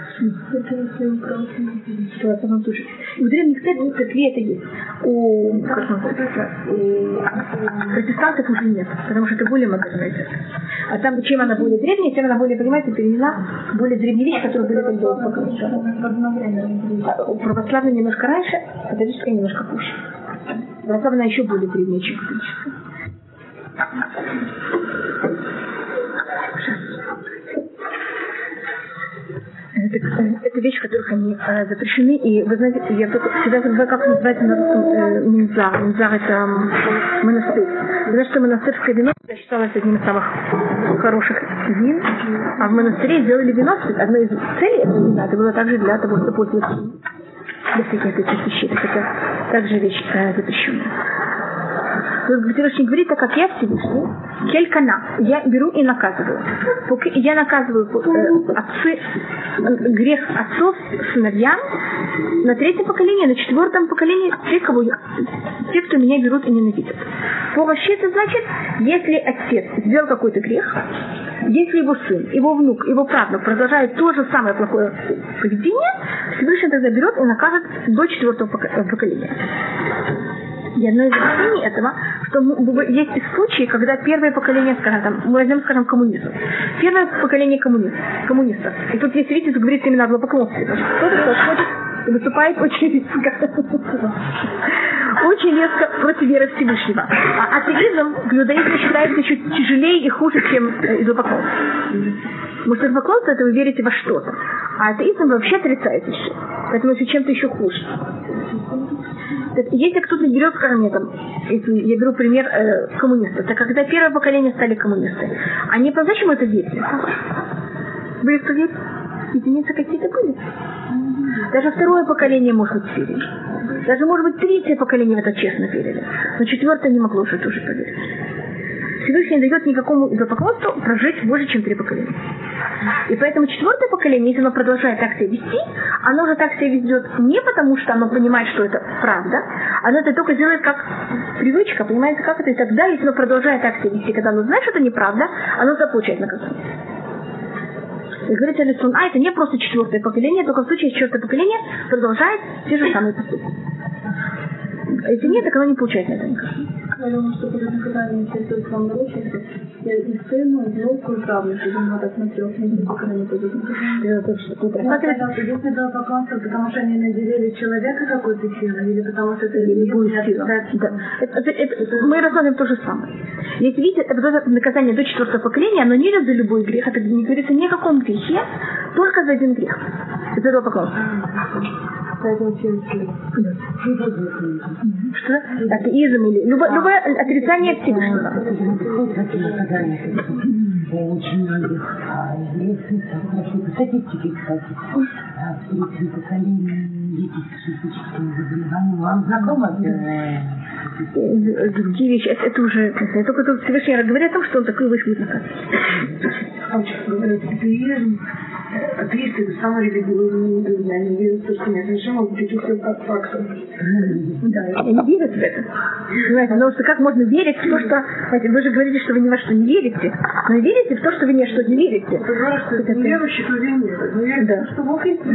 Speaker 1: Что в самом случае. У древних церквей это есть. У, как называется, у протестантов уже нет, потому что это более модерная церковь. А там, чем она более древняя, тем она более, понимаете, переняла более древние вещи, которые были там до У православной немножко раньше, а католическая немножко позже. Православная еще более древняя, чем католическая. Это, это вещи, которых они э, запрещены. И вы знаете, я только всегда забываю, как называется на русском э, минзар. Минзар это э, монастырь. Вы знаете, что монастырское вино считалось одним из самых хороших вин. А в монастыре сделали вино. Одной из целей этого вина это было также для того, чтобы после для всяких этих вещей. Это также вещь э, запрещенная. Всевышний говорит, так как я Всевышний, келькана, я беру и наказываю. Я наказываю э, отцы, грех отцов сыновьям на третьем поколении, на четвертом поколении, те, кого я, те, кто меня берут и ненавидят. По вообще это значит, если отец сделал какой-то грех, если его сын, его внук, его правнук продолжает то же самое плохое поведение, Всевышний тогда берет и накажет до четвертого поколения. И одно из объяснений этого, что есть случаи, когда первое поколение, скажем, там, мы возьмем, скажем, коммунизм. Первое поколение коммунистов. коммунистов. И тут, если видите, говорится именно о злопоклонстве. Кто-то подходит и выступает очень резко. очень резко против веры Всевышнего. А атеизм в иудаизме считается еще тяжелее и хуже, чем идолопоклонство. Потому что идолопоклонство — это вы верите во что-то. А атеизм вообще отрицает все. Поэтому это чем-то еще хуже. Если кто-то берет, скажем, там, если я беру пример э, коммунистов, то когда первое поколение стали коммунисты, они по-настоящему это верили. Были кто верит? Единицы какие-то были. Даже второе поколение, может быть, верили. Даже, может быть, третье поколение в это честно верили. Но четвертое не могло уже тоже поверить. Всевышний не дает никакому идолопоклонству прожить больше, чем три поколения. И поэтому четвертое поколение, если оно продолжает так себя вести, оно уже так себя ведет не потому, что оно понимает, что это правда, оно это только делает как привычка, понимаете, как это, и тогда, если оно продолжает так себя вести, когда оно знает, что это неправда, оно заполучает наказание. И говорится, а это не просто четвертое поколение, только в случае четвертое поколение продолжает те же самые поступки. А если нет, так оно не получает на это наказание.
Speaker 2: Я думаю, что перед наказанием следует вам научиться. Я и сыну, и внуку, и правнуку, думаю, так смотрел, когда они пойдут на наказание. Если было поклонство, потому что они наделили человека какой-то силой, или потому что это
Speaker 1: любую силу. Мы рассмотрим то же самое. Если видите, это наказание до четвертого поколения, оно не за любой грех, это не говорится ни о каком грехе, только за один грех. Это было поклонство. Что? Атеизм или любое, любое отрицание Всевышнего.
Speaker 4: Очень многих статистики, кстати, в третьем поколении детей с психическими заболеваниями. Вам знакомо?
Speaker 1: Другие вещи, это, это уже, это, только тут Всевышний говорит о том, что он такой будет наказать.
Speaker 3: Говорит, атеизм, атеисты — это самые религиозные люди, они верят в то, что нет решено, таких фактов.
Speaker 1: Да, они верят в это. Понимаете, потому что как можно верить в то, что... Знаете, вы же говорите, что вы ни во что не верите, но верите в то, что вы ни во что не верите.
Speaker 3: Ты говоришь, что это неверующий, то нет. Неверующий, что Бог есть.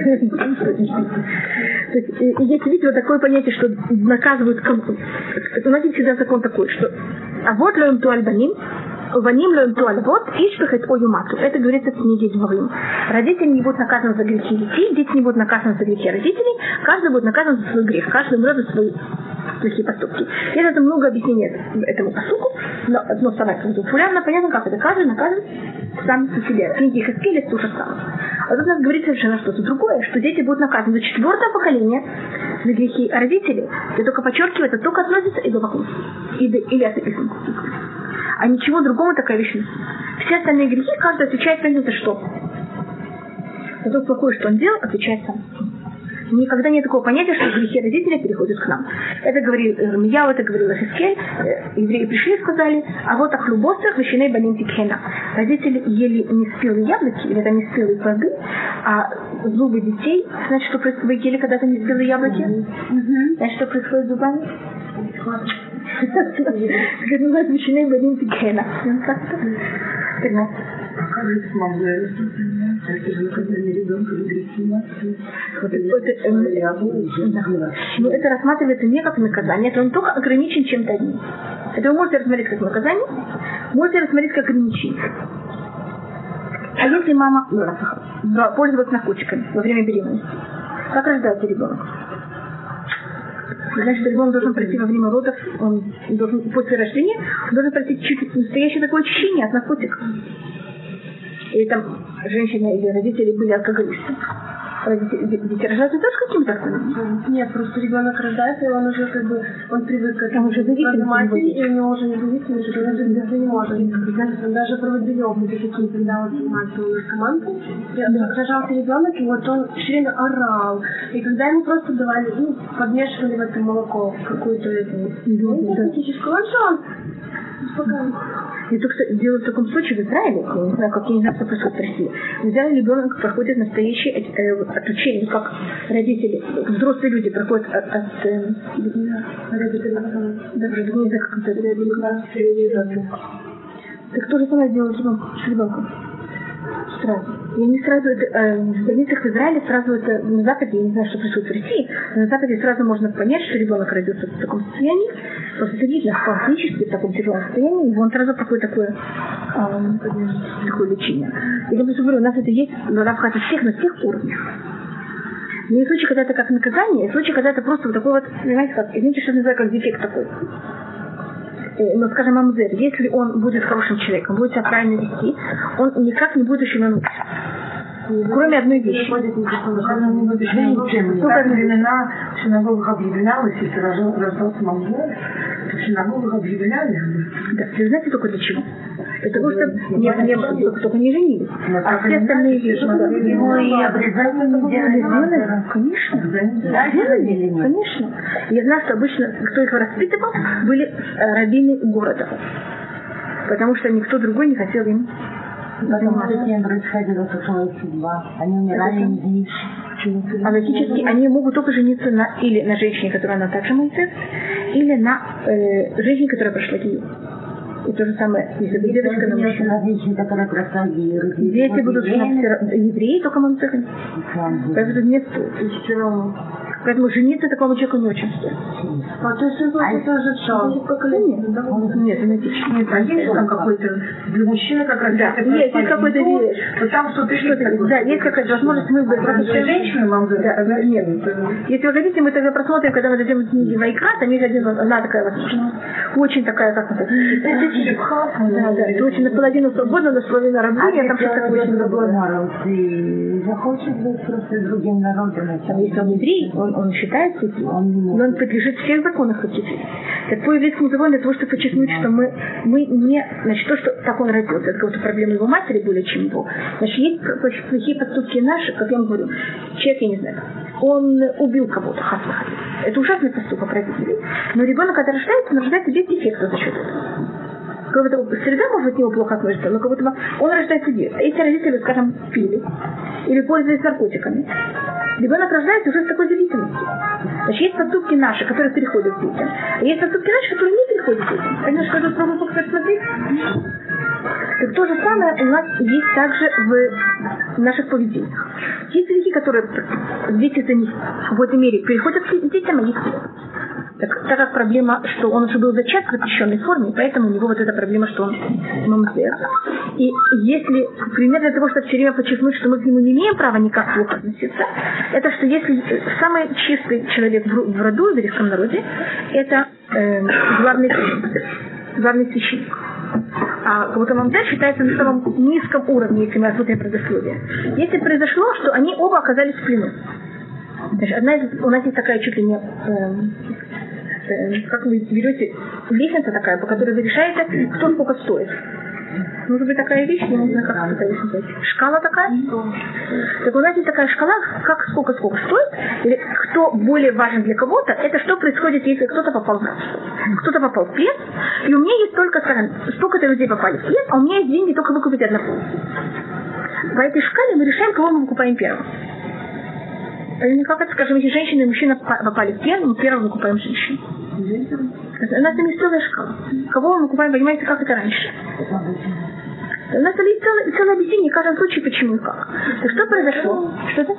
Speaker 1: То есть, и если видите вот такое понятие, что наказывают... У нас есть всегда закон такой, что а вот лоем туальбаним, ваним лоем туальбот, ишпихет оюмату. Это говорится в книге Дворим. Родители не будут наказаны за грехи детей, дети не будут наказаны за грехи родителей, каждый будет наказан за свой грех, каждый умрет за свои плохие поступки. И это много объяснений этому поступку, но одно самое популярное, понятно, как это, каждый наказан сам по себе. В книге Хескеля то же самое. А тут у нас говорится совершенно что-то другое, что дети будут наказаны за четвертое поколение за грехи родителей. Я только подчеркиваю, это только относится и до поклонства, или атеизма. А ничего другого такая вещь нет. Все остальные грехи, каждый отвечает за что. За то плохое, что он делал, отвечает сам. Никогда нет такого понятия, что грехи родителей переходят к нам. Это говорил Ирмияу, это говорил Хескель. Евреи пришли и сказали, а вот ахлюбосах вещеней баним тикхена. Родители ели неспелые яблоки, или это неспелые плоды, а зубы детей, знаете, что происходит? Вы ели когда-то неспелые яблоки? Mm-hmm. Знаете, что происходит с зубами? Как называется вещеней баним тикхена.
Speaker 3: Как же смогли? Это же когда не ребенка регрессивности.
Speaker 1: Но это рассматривается не как наказание, это он только ограничен чем-то одним. Это вы можете рассмотреть как наказание, можете рассмотреть как ограничение. А если мама пользовалась наркотиками во время беременности, как рождается ребенок? Значит, ребенок должен пройти во время родов, он должен, после рождения, он должен пройти чуть настоящее такое очищение от наркотиков. Или там женщина или родители были алкоголисты. Родители, дети рождаются тоже каким-то алкоголем?
Speaker 2: Нет, просто ребенок рождается, и он уже как бы, он привык к этому.
Speaker 1: Он уже зависим
Speaker 2: матери, и у него уже не зависимость, что он уже не может. Он даже проводил опыты такие, когда он занимался у наркоманкой, рожался ребенок, и вот он все время орал. И когда ему просто давали, ну, подмешивали в это молоко какую-то эту, синтетическую, он же он успокаивался.
Speaker 1: И то, кстати, делают в таком случае в Израиле, я не знаю, как я не знаю, что происходит в России. В Израиле ребенок проходит настоящее э, вот, отучение, как родители, взрослые люди проходят от, от э, реабилитации. Даже не знаю, как это реабилитация. Так то же самое делают с ребенком. Сразу. И они сразу, это, э, в больницах в Израиле сразу это, на Западе, я не знаю, что происходит в России, но на Западе сразу можно понять, что ребенок родился в таком состоянии, просто это видно, фактически в таком тяжелом состоянии, и он сразу проходит такое, э, такое лечение. И я просто говорю, у нас это есть, но она входит всех на всех уровнях. Но есть случаи, когда это как наказание, есть случаи, когда это просто вот такой вот, понимаете, как, извините, что называю, как дефект такой. Но, скажем, мамзер, если он будет хорошим человеком, будет себя правильно вести, он никак не будет еще научиться. Кроме одной вещи.
Speaker 2: В времена в синагогах объявлялось, если рождался мамзер, то в синагогах объявляли.
Speaker 1: Да, вы знаете только для чего? Для того, чтобы не, не, только, только не женились. А все остальные вещи.
Speaker 4: Его и обрезание не делали.
Speaker 1: Конечно. Делали, конечно. Я знаю, что обычно, кто их воспитывал, были раввины города. Потому что никто другой не хотел им.
Speaker 4: Потому что с ним происходила такая судьба. Они умирали не
Speaker 1: А логически они могут только жениться на, или на женщине, которая она также мамзер, или на э, женщине, которая прошла гию. И то же самое, если бы девочка на мужчину. Дети будут евреи, только мамзер. Поэтому не стоит. Поэтому жениться такому человеку не очень стоит.
Speaker 2: А то есть это тоже поколение?
Speaker 1: Нет, генетически.
Speaker 2: Нет, а есть там какой-то для мужчины как раз?
Speaker 1: Да, есть, есть какой-то вещь.
Speaker 2: Вот там что-то
Speaker 1: что-то есть. Да, есть какая-то возможность мы бы
Speaker 2: для женщины мамзер?
Speaker 1: Да, нет. Если вы хотите, мы тогда просмотрим, когда мы дойдем в книги Вайкра, там есть один, одна такая возможность. Очень такая, как это? Да, да, это очень наполовину свободно, наполовину рабыня, там что-то такое очень
Speaker 4: забавное. Ты захочешь быть просто другим народом.
Speaker 1: Если он еврей, он он считается, он, он подлежит всех законах хасидизма. Так по еврейскому закону для того, чтобы подчеркнуть, что мы, мы не, значит, то, что так он родился, это какая-то проблема его матери более чем его. Значит, есть плохие поступки наши, как я вам говорю, человек, я не знаю, он убил кого-то, хасна. Это ужасный поступок родителей. Но ребенок, когда рождается, он рождается без дефекта за счет этого. Кого-то среда может от него плохо относится, но как будто он рождается без. А если родители, скажем, пили или пользуются наркотиками, ребенок рождается уже с такой зависимостью. Значит, есть поступки наши, которые переходят к детям, а есть поступки наши, которые не переходят к детям. Понимаешь, что тут пробую показать, смотреть? Так то же самое у нас есть также в наших поведениях. Есть грехи, которые дети за них в какой-то мере переходят к детям, а есть нет. Так, так как проблема, что он уже был зачат в запрещенной форме, поэтому у него вот эта проблема, что он мамзер. И если пример для того, чтобы все время подчеркнуть, что мы к нему не имеем права никак плохо относиться, это что если самый чистый человек в, в роду, в еврейском народе, это э, главный, главный священник. А как будто мамзер считается на самом низком уровне, если мы рассмотрим предисловие. Если произошло, что они оба оказались в плену. Значит, одна из, у нас есть такая чуть ли не, э, э, как вы берете, лестница такая, по которой вы решаете, кто сколько стоит. Может быть такая вещь, я не знаю, как это называется. Шкала такая? Так у нас есть такая шкала, как сколько сколько стоит, или кто более важен для кого-то, это что происходит, если кто-то попал в рабство. Кто-то попал в плен, и у меня есть только, скажем, столько-то людей попали в плен, а у меня есть деньги только выкупить одного. По этой шкале мы решаем, кого мы выкупаем первым. Как это, скажем, если женщина и мужчина попали в плен, мы первым выкупаем женщину. У нас там есть целая шкала. Кого мы выкупаем, понимаете, как это раньше? У нас там есть целое, целое объяснение в каждом случае, почему и как. Так что произошло? Что это?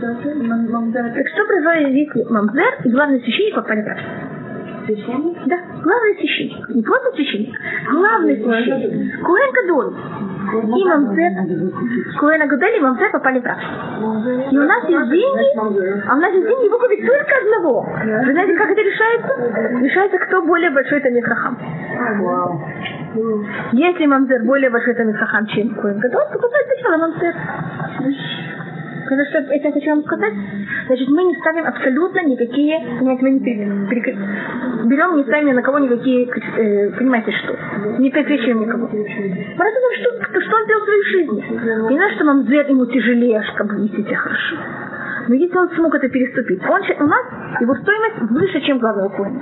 Speaker 1: Так что произошло, если мамзер и главный священник попали в рабство?
Speaker 2: Священник?
Speaker 1: Да, главный священник. Не просто священник, главный священник. Коэн Гадоль. И мамзер, Коэн Гадоль и мамзер попали в рабство. И у нас есть деньги, а у нас есть деньги выкупить только одного. Вы знаете, как это решается? Решается, кто более большой тамид хахам. Если мамзер более большой тамид хахам, чем Коэн Гадоль, то купает сначала мамзер. Потому что это я хочу вам сказать. Значит, мы не ставим абсолютно никакие, понимаете, мы не перек... берем, не ставим ни на кого никакие, э, понимаете, что? Не прекращаем никого. Мы рассказываем, что, что он сделал в своей жизни. Не знаю, что мамзер ему тяжелее, чтобы вести себя хорошо. Но если он смог это переступить, он, у нас его стоимость выше, чем главного коэна.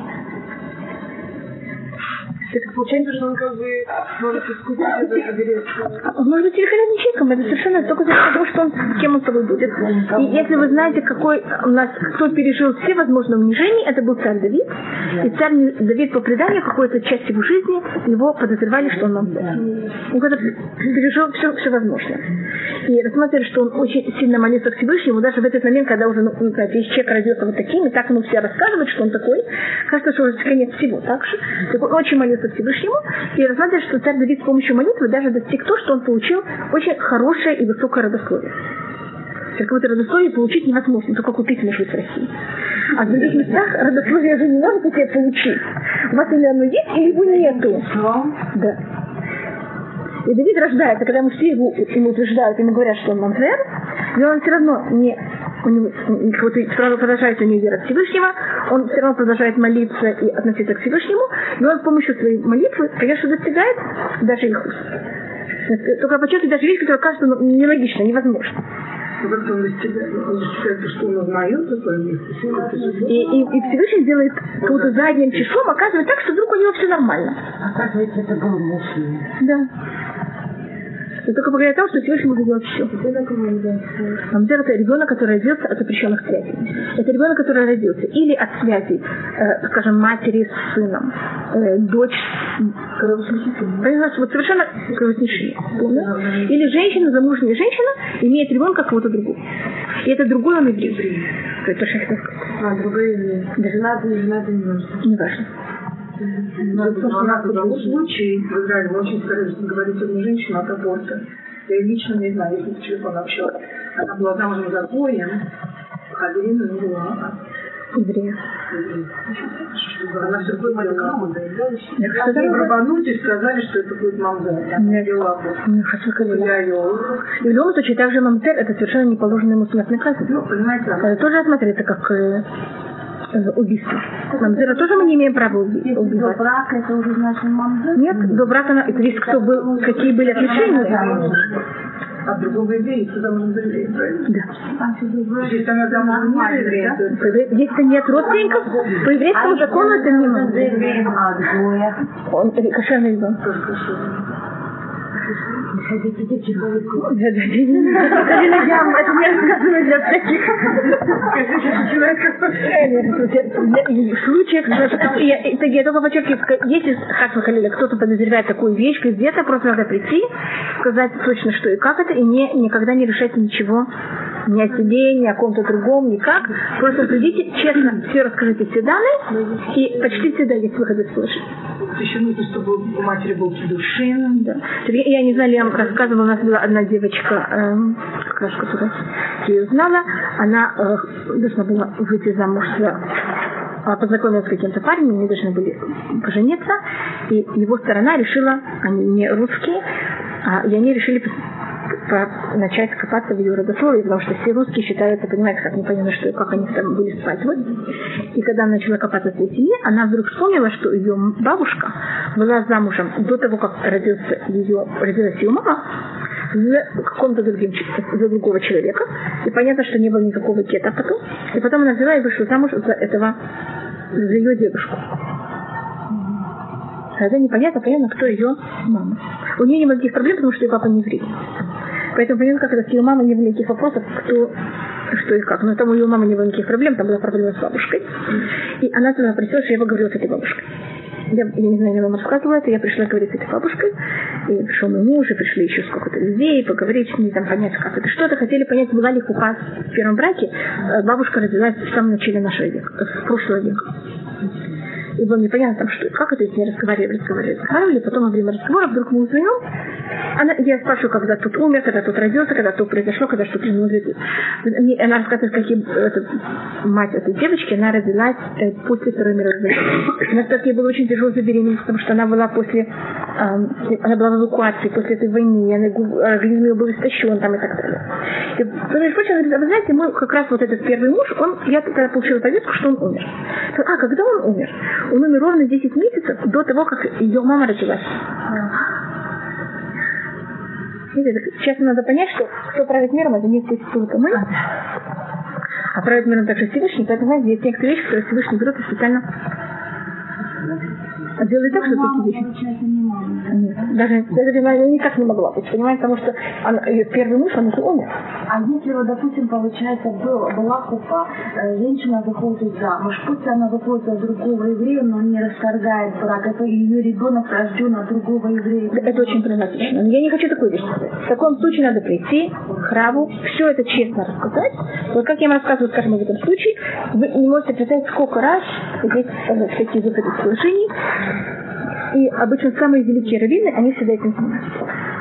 Speaker 3: Это получается, что он как бы может искупить это берет.
Speaker 1: Он может быть великолепным человеком, это совершенно только за того, что он, кем он с тобой будет. И если вы знаете, какой у нас, кто пережил все возможные унижения, это был царь Давид. И царь Давид по преданию, какой-то часть его жизни, его подозревали, что он мамзер. Он когда пережил все, все возможное. И рассматривали, что он очень сильно молился к Всевышнему, даже в этот момент, когда уже, ну, весь человек родился вот таким, и так ему все рассказывают, что он такой, кажется, что уже конец всего, так же. Так он очень молился к Всевышнему, и рассматривали, что царь Давид с помощью молитвы даже достиг то, что он получил очень хорошее и высокое родословие. какое-то родословие получить невозможно, только купить может быть в России. А в других местах родословие же не можете себе получить. У вас или оно есть, или его нету. Да. И Давид рождается, когда мы все его, ему утверждают, ему говорят, что он мамзер, и он все равно не, у него, сразу продолжается у него вера Всевышнего, он все равно продолжает молиться и относиться к Всевышнему, и он с помощью своей молитвы, конечно, достигает даже их уст. Только подчеркиваю даже вещь, которая кажется нелогично, невозможно.
Speaker 3: Как он достигает? Он достигает, что он узнает такое место.
Speaker 1: И, и, и Всевышний делает каким-то задним числом, оказывает так, что вдруг у него все нормально.
Speaker 4: Оказывается, это был мужчина.
Speaker 1: Да. Это только говорит о том, что Всевышний может делать все. Мамзер — это ребенок, который родился от запрещенных связей. Это ребенок, который родился или от связей, э, скажем, матери с сыном, э, дочь вот совершенно кровосмешение. Или женщина, замужняя женщина, имеет ребенка кого-то другого. И это другой он еврей. То есть то, что я хотела сказать.
Speaker 3: А, другой еврей. Да. Женатый, не женатый, не важно.
Speaker 1: Не важно.
Speaker 3: У нас случай в Израиле, мы очень старались говорить одну женщину от аборта. Я лично не знаю, если телефон общалась. Она была замужем за воем, а беременна не была.
Speaker 1: Еврея.
Speaker 3: Она все понимает, как мама заявлялась. Ей рвануть и сказали, что это будет мамзер. Я не делала аборт.
Speaker 1: Не хочу сказать.
Speaker 3: И
Speaker 1: в любом случае, также мамзер — это совершенно не положенный ему смертный казнь.
Speaker 3: Ну, понимаете,
Speaker 1: это тоже рассматривается как э, убийство. Мамзера тоже мы не имеем права убивать.
Speaker 2: До брака это уже значит мамзер?
Speaker 1: Нет, до брака, это есть кто был, какие были отношения.
Speaker 3: А другого еврея, сюда можно за еврея, правильно?
Speaker 1: Да.
Speaker 3: Если она замужем не еврея, то...
Speaker 1: Если нет родственников, по еврейскому закону это не мамзер. Он кошерный ребенок.
Speaker 4: Хотите психологу?
Speaker 1: Да, да, да. Это не рассказываю для всяких. В случаях, я, я только подчеркиваю, если как вы хотели, кто-то подозревает такую вещь, где-то просто надо прийти, сказать точно, что и как это, и не, никогда не решать ничего ни о себе, ни о ком-то другом, никак. Просто придите, честно, все расскажите, все данные, и почти всегда есть выход из слышать.
Speaker 3: Еще нужно, чтобы у матери был кидушин.
Speaker 1: Да. Я, я не знаю, я вам рассказывала, у нас была одна девочка, э, как раз, которая ее знала, она э, должна была выйти замуж за... познакомилась с каким-то парнем, они должны были пожениться, и его сторона решила, они не русские, а, и они решили по, начать копаться в ее родословии, потому что все русские считаются, понимаете, как непонятно, что, как они там были свадьбы. И когда она начала копаться в своей семье, она вдруг вспомнила, что ее бабушка была замужем до того, как родился ее, родилась ее мама, за каком-то другим, за другого человека. И понятно, что не было никакого гетто потом. И потом она взяла и вышла замуж за этого, за ее дедушку. Тогда непонятно, понятно, кто ее мама. У нее не было никаких проблем, потому что ее папа не еврей. Поэтому понятно, как это с ее мамой не было никаких вопросов, кто, что и как. Но там у ее мамы не было никаких проблем, там была проблема с бабушкой. И она туда просила, что я поговорила с этой бабушкой. Я, я не знаю, я вам рассказывала это, я пришла говорить с этой бабушкой, и пришел мой муж, и пришли еще сколько-то людей, поговорить с ней, там, понять, как это. Что-то хотели понять, была ли хупа в первом браке. Бабушка родилась в самом начале нашего века, в прошлого века. И было непонятно, там, что, как это, с ней разговаривали, разговаривали, разговаривали, потом во время разговора вдруг мы узнаем, она, я спрашиваю, когда тут умер, когда тут родился, когда то произошло, когда что-то не родилось. Она рассказывает, какие это, мать этой девочки, она родилась э, после Второй мировой войны. Она сказала, ей было очень тяжело забеременеть, потому что она была после, э, она была в эвакуации после этой войны, она, организм ее был истощен там и так далее. И, между прочим, она говорит, вы знаете, мы как раз вот этот первый муж, он, я тогда получила повестку, что он умер. А, когда он умер? Он умер ровно десять месяцев до того, как ее мама родилась. Сейчас надо понять, что кто правит миром, это не только мы, а правит миром также Всевышний. Поэтому, знаете, есть некоторые вещи, которые Всевышний берет и специально делает так, что такие вещи. Нет, даже, даже она никак не могла быть, понимаете, потому что она, ее первый муж, он уже умер.
Speaker 2: А если вот, допустим, получается, был, была хупа, женщина выходит замуж, пусть она выходит от другого еврея, но не расторгает брак, это ее ребенок рожден от другого еврея.
Speaker 1: Это очень проблематично. Я не хочу такую вещь сказать. В таком случае надо прийти к храму, все это честно рассказать. Вот как я вам рассказываю, скажем, в этом случае, вы не можете представить, сколько раз здесь э, всякие выходы из положений. И обычно самые великие раввины, они всегда этим занимаются.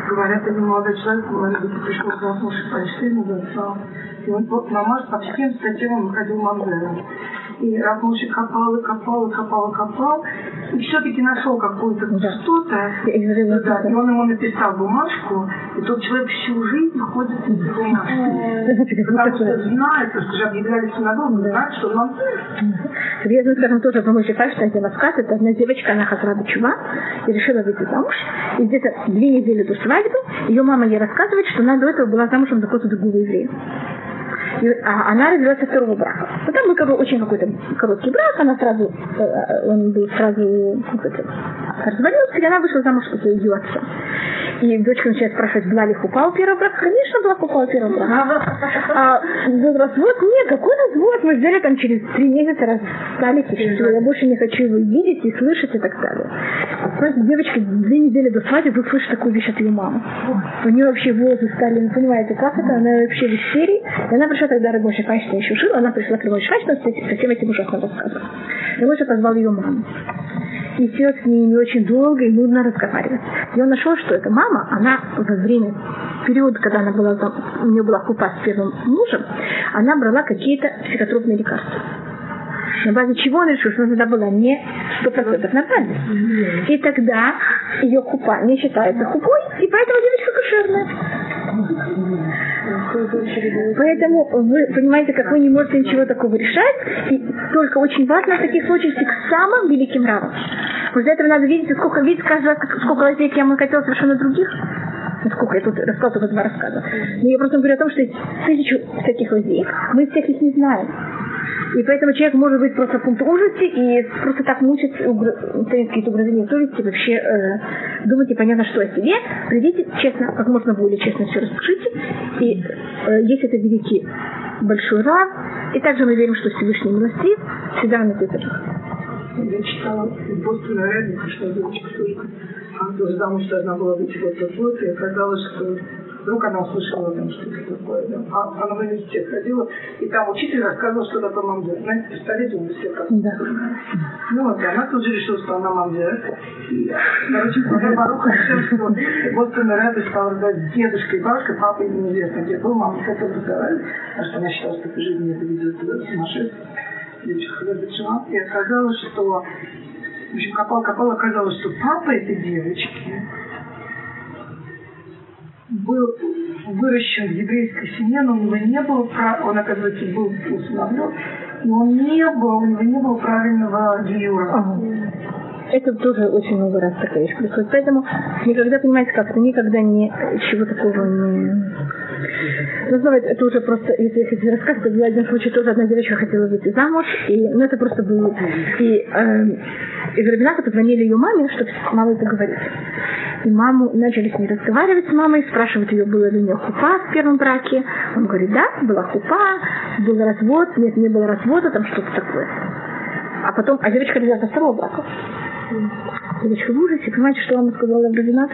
Speaker 3: говорят, один молодой человек, может быть, пришел к Рафмоше Файнштейну, записал. И он мамаш по всем статьям находил Мамзера. И Рафмоше копал, и копал, и копал, и копал. И все-таки нашел какое-то да. что-то. Да, и он ему написал бумажку, и тот человек всю жизнь ходит с этой бумажкой. Потому что знает, потому что же объявляли синагогу, знает, что он Мамзер.
Speaker 1: Я знаю, скажем, тоже по Моше Файнштейн рассказ. Это одна девочка, она хасрада чува, и решила выйти замуж. И где-то две недели до свадьбы ее мама ей рассказывает, что она до этого была замужем за какого-то другого еврея. И, а она родилась от второго брака. Но там был как бы, очень какой-то короткий брак, она сразу, он был сразу развалился, и она вышла замуж за ее отца. И дочка начинает спрашивать, была ли хупа у первого брака. Конечно, была хупа у первого брака. А был развод? Нет, какой развод? Мы взяли там через три месяца, расстались, и все, я больше не хочу его видеть и слышать и так далее. Просто девочка две недели до свадьбы слышит такую вещь от ее мамы. У нее вообще волосы стали, не понимаете, как это, она вообще в истерии. И она пришла тогда, Рабоша Файнштейн еще жил, она пришла к Рабоше Файнштейну со всем этим ужасным рассказом. Рабоша позвал ее маму. И сел с ними очень долго и нудно разговаривать. И он нашел, что эта мама, она во время, в период, когда она была, у нее была хупа с первым мужем, она брала какие-то психотропные лекарства. На базе чего он решил, что она тогда была не сто процентов нормальной. И тогда ее хупа не считается хупой, и поэтому девочка кошерная. Поэтому вы понимаете, как вы не можете ничего такого решать, и только очень важно в таких случаях идти к самым великим равам. После этого надо видеть, сколько, видеть каждый раз, сколько лазеек я хотела совершенно других. Сколько я тут рассказала, только два рассказа. Но я просто говорю о том, что есть тысячу всяких лазеек, мы всех их не знаем. И поэтому человек может быть просто в каком-то ужасе и просто так мучить какие-то угрызения совести, вообще э, думайте, понятно, что о себе. Придите честно, как можно более честно все расскажите. И э, если это великий большой рав, и также мы верим, что Всевышний милостив, всегда на это.
Speaker 3: Я читала в Бостоне Реддике, что девочка тоже, она тоже замуж должна была выйти в этот год, и оказалось, что вдруг она услышала там что-то такое, да. А она в университет ходила, и там учитель рассказывал, что такое мамзер. Знаете, представляете, университет как да. Ну вот, и она тут же решила, что она мамзер. И, короче, когда Баруха решил, что Бостон Реддик стал разговаривать с дедушкой и бабушкой, папой неизвестно, где был, мама с этим разговаривали, потому что она считала, что в жизни это ведет сумасшествие. Девочка жила, и оказалось, что, в общем, копал-копал, оказалось, что папа этой девочки был выращен в еврейской семье, но у него не было права, он, оказывается, был усыновлен, и он не был, у него не было правильного гиюра.
Speaker 1: Ага. Это тоже очень много раз такая вещь происходит. Поэтому никогда, понимаете, как-то никогда ничего такого не... Ну, знаете, это уже просто, если я хотела рассказать, то в один случай тоже одна девочка хотела выйти замуж, и, ну, это просто было... И э, из Равината позвонили ее маме, чтобы с мамой поговорить. И маму начали с ней разговаривать с мамой, спрашивать ее, было ли у нее хупа в первом браке. Он говорит, да, была хупа, был развод, нет, не было развода, там что-то такое. А потом, а девочка родилась от второго брака. Девочка в ужасе, понимаете, что она сказала Равинат?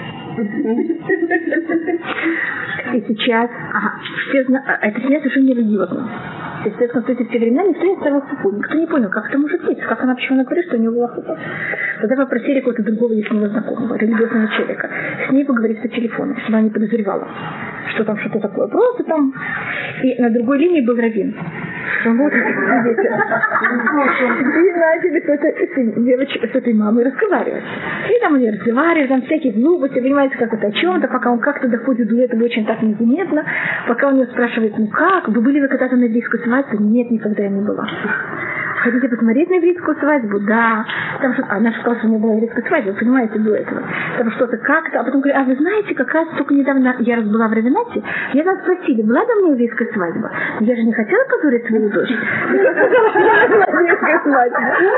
Speaker 1: И сейчас, ага, все знают, это семья совершенно нерелигиозная. Естественно, в эти все времена никто не ставил хупу, никто не понял, как это может быть, как она, почему она говорит, что у нее была хупа. Тогда попросили какого-то другого ихнего знакомого, религиозного человека, с ней поговорить по телефону, чтобы она не подозревала, что там что-то такое. Просто там, и на другой линии был раввин. Он был свидетель. И начали с этой девочкой, с этой мамой разговаривать. И там они разговаривали, там всякие глупости, понимаете, как это о чем-то, пока он как-то доходит до этого очень так незаметно, пока он ее спрашивает, ну как, вы были вы когда-то на еврейской свадьбе? Нет, никогда я не была. Хотите посмотреть на еврейскую свадьбу? Да. Там что, она же сказала, что у меня была еврейская свадьба, вы понимаете, до этого. Там что-то как-то, а потом говорю, а вы знаете, как раз только недавно я раз была в Равинате, я вас спросили, была ли у меня еврейская свадьба? Я же не хотела позорить свою дочь. Я сказала, что я была еврейская свадьба.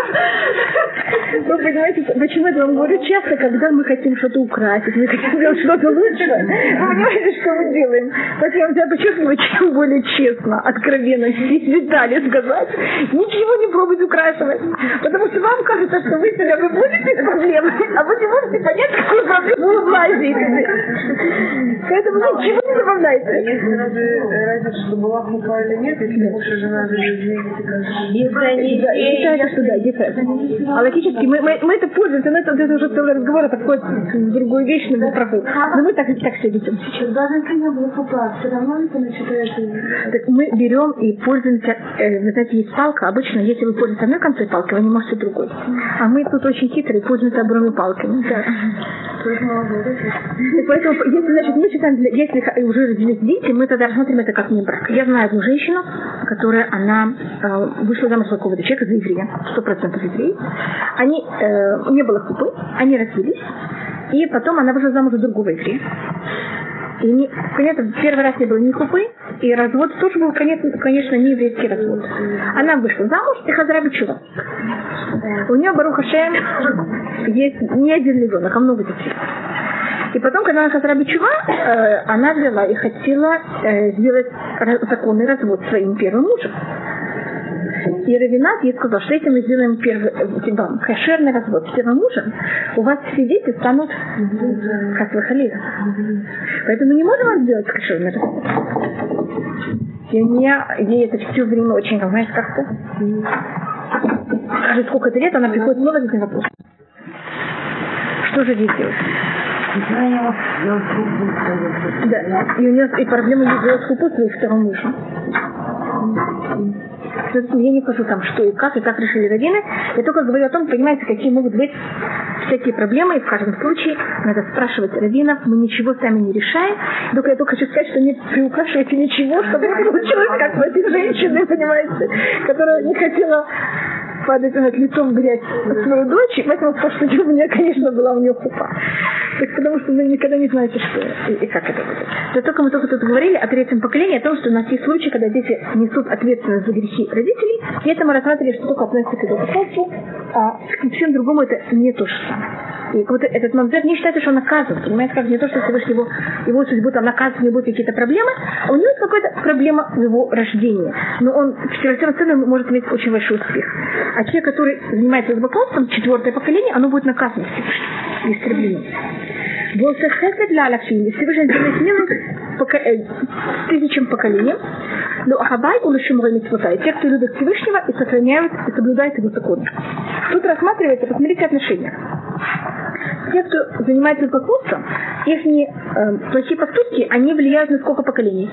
Speaker 1: Вы понимаете, почему я вам говорю часто, когда мы хотим что-то украсить, мы хотим сделать что-то лучше, вы понимаете, что мы делаем? Поэтому я вам подчеркиваю, чем более честно, откровенно, здесь детали сказать, ничего не попробуйте украшивать. Потому что вам кажется, что вы себя вы будете с проблемой, а вы не можете понять, какую проблему вы влазите. Поэтому ничего не добавляйте.
Speaker 3: Если разница, что была хупа или нет, если муж и жена жили вместе,
Speaker 1: считается, что да, есть разница. А логически мы, мы, мы это пользуемся, но это, это уже целый разговор, это входит в другую вещь, но мы так, так все ведем сейчас.
Speaker 2: Даже если не было хупа, все равно это начинается.
Speaker 1: Так мы берем и пользуемся, э, вы знаете, есть палка, обычно, если вы пользуетесь одной концой палки, вы не можете другой. А мы тут очень хитрые, пользуемся обоими палками. Да. И поэтому, если, значит, мы считаем, если уже родились дети, мы тогда рассмотрим это как не брак. Я знаю одну женщину, которая, она э, вышла замуж за какого-то человека, за еврея, сто процентов евреи. Они, э, не было хупы, они развелись, и потом она вышла замуж за другого еврея. И не, конечно, первый раз не было ни хупы, и развод тоже был, конечно, конечно, не еврейский развод. Она вышла замуж и хазра бечува. У нее, Барух Ашем, есть не один ребенок, а много детей. И потом, когда она хазра бечува, э, она взяла и хотела э, сделать законный развод своим первым мужем. И раввинат ей сказал, что если мы сделаем первый, э, кошерный развод с первым мужем, у вас все дети станут хасва халила. Поэтому мы не можем вам сделать кошерный развод. И у меня, ей это все время очень, знаешь, как-то. Уже сколько-то лет она приходит снова с этим вопросом. Что же ей делать? Да, и у нее и проблема не делать хупу своих второму мужу. Я не скажу там, что и как, и как решили раввины. Я только говорю о том, понимаете, какие могут быть всякие проблемы, и в каждом случае надо спрашивать раввинов, мы ничего сами не решаем. Только я только хочу сказать, что не приукрашивайте ничего, чтобы не получилось, как в этой женщине, понимаете, которая не хотела падать над лицом в грязь от свою дочь, и поэтому то, что у меня, конечно, была у нее хупа. Так потому что вы никогда не знаете, что и, и как это будет. Да только мы только тут говорили о третьем поколении, о том, что у нас есть случаи, когда дети несут ответственность за грехи родителей, и это мы рассматривали, что только относится к идолопоклонству, а к всем другому это не то же самое. И вот этот мамзет не считается, что он наказан. Понимаете, как не то, что Всевышний его, его судьбу там наказывает, у него будут какие-то проблемы, а у него есть какая-то проблема в его рождении. Но он в всем целом может иметь очень большой успех. А человек, который занимается идолопоклонством, четвертое поколение, оно будет наказано Всевышним, истреблено. Волсахеса для Алафини, Всевышний делает милость пока, э, тысячам поколениям, но Ахабай улучшим митцвотай, те, кто любит Всевышнего и сохраняют и соблюдают его законы. Тут рассматривается, посмотрите, отношения. Те, кто занимается поклонством, их не, э, плохие поступки, они влияют на сколько поколений?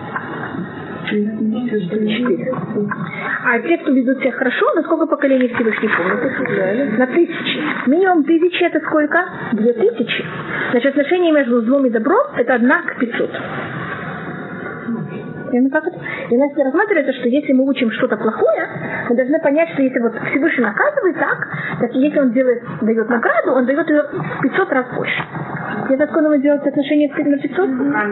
Speaker 1: Четыре. А те, кто ведут себя хорошо, на сколько поколений Всевышний помнит? На тысячи. Минимум тысячи это сколько? Две тысячи. Значит, отношение между злом и добром это одна к пятьсот. И, ну, как это? И у нас рассматривается, что если мы учим что-то плохое, мы должны понять, что если вот Всевышний наказывает так, так если он делает, дает награду, он дает ее в пятьсот раз больше. И откуда мы делаем отношение на пятьсот?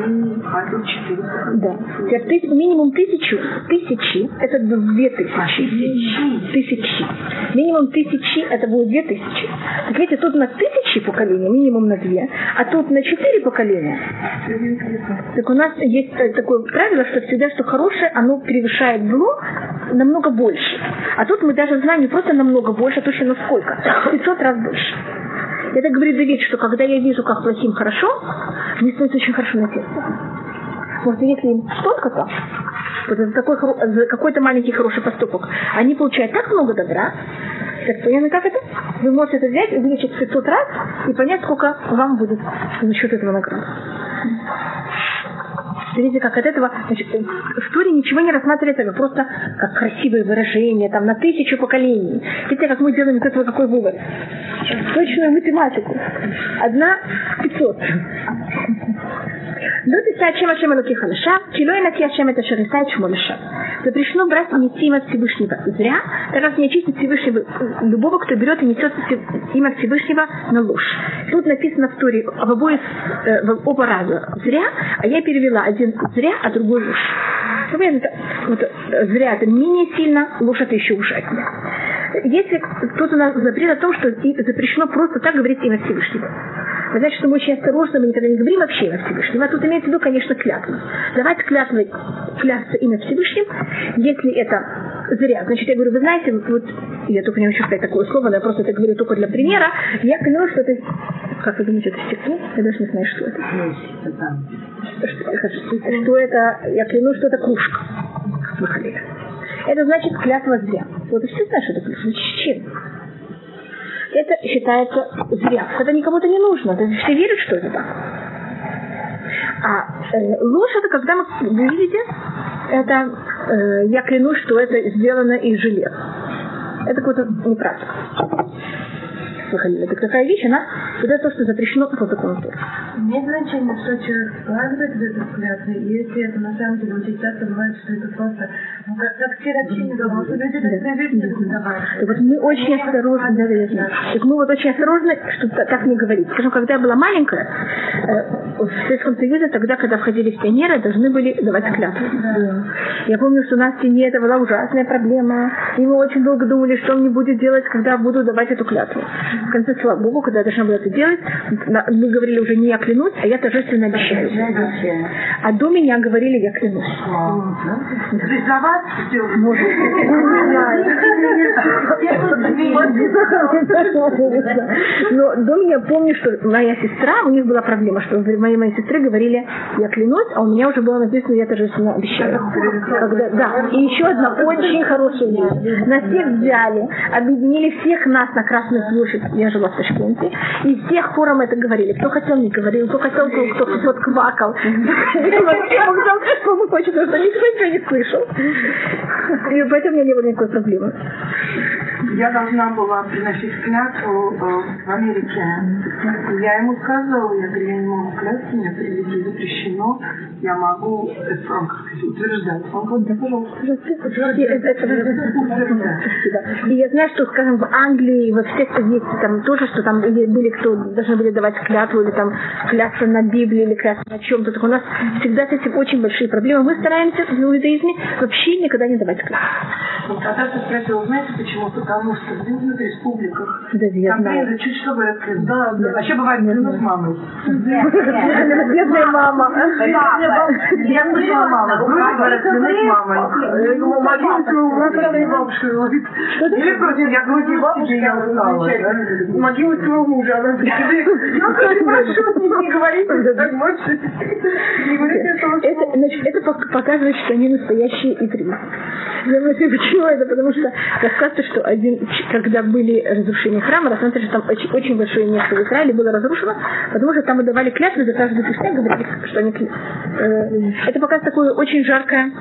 Speaker 1: Да. Теперь минимум тысячу, тысячи, это две тысячи. Тысячи. Минимум тысячи, это будет две тысячи. Так видите, тут на тысячи поколения, минимум на две, а тут на четыре поколения. Так у нас есть такое правило, что всегда, что хорошее, оно превышает зло намного больше. А тут мы даже знаем не просто намного больше, а точно на сколько? пятьсот раз больше. Это говорит Давид, что когда я вижу, как плохим хорошо, мне становится очень хорошо на сердце. Может, если им столько-то, вот за, такой, за какой-то маленький хороший поступок, они получают так много добра, так понятно, как это? Вы можете это взять, увеличить в пятьсот раз и понять, сколько вам будет за счет этого награды. Видите, как от этого, значит, в Торе ничего не рассматривается, просто как красивые выражения, там, на тысячу поколений. Видите, как мы делаем из этого какой вывод? Точную математику. Одна в пятьсот. Запрещено брать и нести имя Всевышнего зря, раз не очистит Всевышнего любого, кто берет и несет имя Всевышнего на ложь. Тут написано в Торе в, обоих, э, в оба раза зря, а я перевела один зря, а другой ложь. Вот, зря это менее сильно, ложь это еще ужаснее. Если тут у нас запрет о том, что запрещено просто так говорить имя Всевышнего. Вы знаете, что мы очень осторожны, мы никогда не говорим вообще имя Всевышнего. А тут имеется в виду, конечно, клятву. Давать клятвой клясться имя Всевышним, если это зря. Значит, я говорю, вы знаете, вот я только не хочу сказать такое слово, но я просто это говорю только для примера, я клянусь, что это, как вы думаете, это стекло? Я даже не знаю, что это. Что, что это, я клянусь, что это кружка. Это значит клятва зря. Вот и все знают, что это клятва. Значит, с чем? Это считается зря. Это никому-то не нужно. Это все верят, что это так. А э, ложь это когда мы, вы видите, это э, я клянусь, что это сделано из железа. Это какое-то неправда. Это такая вещь, она, это то, что запрещено по закону Торы.
Speaker 2: Нет значения, что человек складывает в эту клятву, если это на самом деле очень часто бывает, что это просто, ну, как, как все общения дома, что люди так наверное давали.
Speaker 1: Вот мы очень осторожны, да, да, я знаю. Так мы вот очень осторожны, что так не говорить. Скажем, когда я была маленькая, э, в Советском Союзе, тогда, когда входили в пионеры, должны были давать клятву. Да. Я помню, что у нас в семье это была ужасная проблема, и мы очень долго думали, что он не будет делать, когда буду давать эту клятву. В конце, слава Богу, когда я должна была это делать, мы говорили уже не я клянусь, а я торжественно обещаю. А до меня говорили я клянусь.
Speaker 2: Признаваться все.
Speaker 1: Может. Но до меня помню, что моя сестра, у них была проблема, что моей моей сестры говорили я клянусь, а у меня уже было написано я торжественно обещаю. Когда, да. И еще одна очень хорошая вещь. Нас всех взяли, объединили всех нас на Красную площадь. Я жила в Ташкенте, и всех хором это говорили. Кто хотел, не говорил, кто хотел, кто хотел, квакал. Что мы хочем, потому что никто ничего не слышал. И поэтому у меня не было никакой проблемы.
Speaker 3: Я должна была приносить клятву в Америке. Я ему сказала, я говорю, я не могу клясться, мне в религии запрещено, я могу это утверждать. Он говорит, да, пожалуйста.
Speaker 1: И я знаю, что, скажем, в Англии, во всех есть там тоже, что там были, кто должны были давать клятву, или там клятву на Библии, или клятву на чем-то. Так у нас всегда с этим очень большие проблемы. Мы стараемся в иудаизме вообще никогда не давать клятву.
Speaker 3: Вот когда ты спросила, знаете почему? Потому что в Южных республиках
Speaker 1: да, я
Speaker 3: там
Speaker 1: знаю.
Speaker 3: чуть что говорят, да, да. А еще бывает клянусь мамой.
Speaker 1: Бедная мама.
Speaker 3: Я слышала маму. Вроде говорят, клянусь мамой. Я думаю, могу своего брата и бабушку. Или против, я груди бабушки, я устала. Могила своего мужа, она говорит, я прошу, не говорите так больше. Не говорите этого.
Speaker 1: Значит, это показывает, что они настоящие евреи. Я не знаю, почему это, потому что рассказывается, что один, когда были разрушения храма, рассказывается, что там очень, очень большое место в Израиле было разрушено, потому что там мы давали клятвы за каждую пустыню, говорили, что они э, это показывает такое очень жаркое.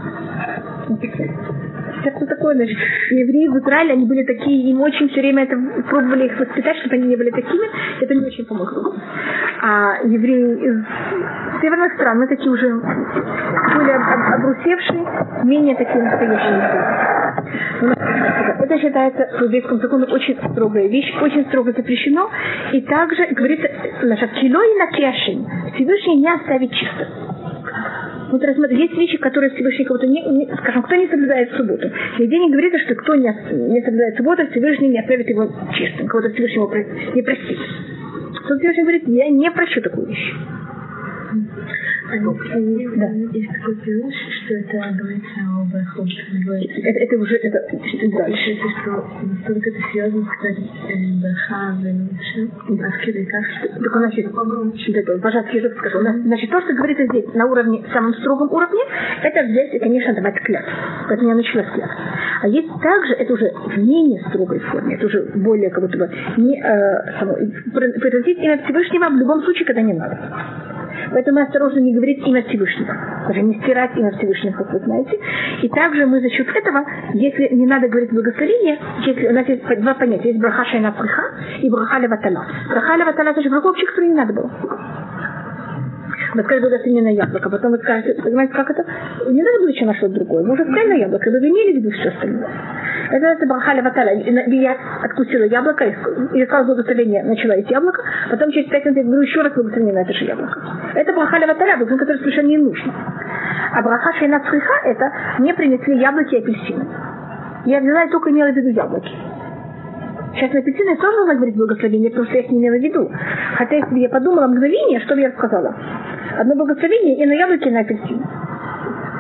Speaker 1: Что такое, значит, евреи в Израиле, они были такие, им очень все время это пробовали их воспитать, чтобы они не были такими, это не очень помогло. А евреи из северных стран, мы такие уже более обрусевшие, менее такие настоящие. Это считается в еврейском законе очень строгая вещь, очень строго запрещено, и также говорится, наша килой на кешин, Всевышний не оставит чисто. Вот рассмотрим, есть вещи, которые Всевышний кого-то не, не, скажем, кто не соблюдает субботу. Нигде не говорится, что кто не, не соблюдает субботу, Всевышний не оставит его чистым, кого-то Всевышний его не простит. Тут Всевышний говорит, я не прощу такую вещь.
Speaker 2: А если да. есть такой пилот, что это говорится о брахот?
Speaker 1: Это, это уже это, это дальше.
Speaker 2: Что настолько это серьезно сказать браха, и как
Speaker 1: так у нас есть, пожалуйста, язык скажу. Значит, то, что говорится здесь на уровне, самом строгом уровне, это здесь, конечно, давать клятву. Поэтому я начала с клятвы. А есть также, это уже в менее строгой форме, это уже более как будто бы не э, произносить имя Всевышнего в любом случае, когда не надо. Поэтому осторожно не говорить имя Всевышнего. Даже не стирать имя Всевышнего, как вы знаете. И также мы за счет этого, если не надо говорить благословение, если у нас есть два понятия. Есть браха шайна цриха и браха леватала. Браха леватала, это же браха вообще, которой не надо было. Вы скажете благословение на яблоко, потом вы скажете, понимаете, как это? Не надо было еще на что-то другое. Мы уже сказали на яблоко, вы имели в виду все остальное. Это это браха леватала. Я откусила яблоко, и сказала благословение, начала есть яблоко, потом через пять минут я говорю еще раз благословение на это же яблоко. Это браха леватала, благословение, которое совершенно не нужно. А браха шайна цриха, это мне принесли яблоки и апельсины. Я взяла и только имела в виду яблоки. Сейчас на апельсины я тоже должна говорить благословение, потому что я их не имела в виду. Хотя если бы я подумала мгновение, что бы я сказала? Одно благословение и на яблоки, и на апельсины.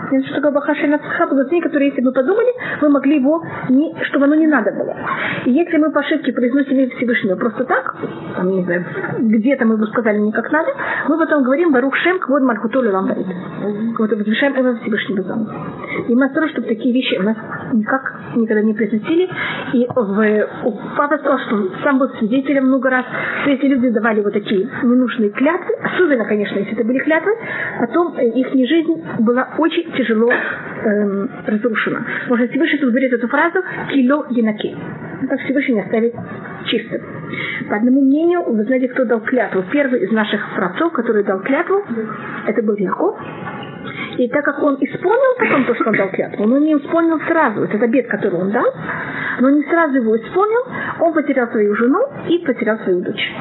Speaker 1: Это что такое Бахаши Нацха, благословение, которое, если бы подумали, мы могли его, не, чтобы оно не надо было. И если мы по ошибке произносим имя Всевышнего просто так, там, не знаю, где-то мы бы сказали не как надо, мы потом говорим Барух Шем Квод Мальхуту Лелам Барит. Вот возвышаем имя Всевышнего замысла. И мы осторожны, чтобы такие вещи у нас никак никогда не произносили. И в, у папа сказал, что сам был свидетелем много раз, что если люди давали вот такие ненужные клятвы, особенно, конечно, если это были клятвы, потом их жизнь была очень тяжело эм, разрушена. Можно Всевышний тут говорит эту фразу «кило енаки». Так Всевышний оставит чистым. По одному мнению, вы знаете, кто дал клятву? Первый из наших праотцов, который дал клятву, это был Яков. И так как он исполнил потом то, что он дал клятву, он не исполнил сразу. Этот обет, который он дал, но не сразу его исполнил, он потерял свою жену и потерял свою дочь.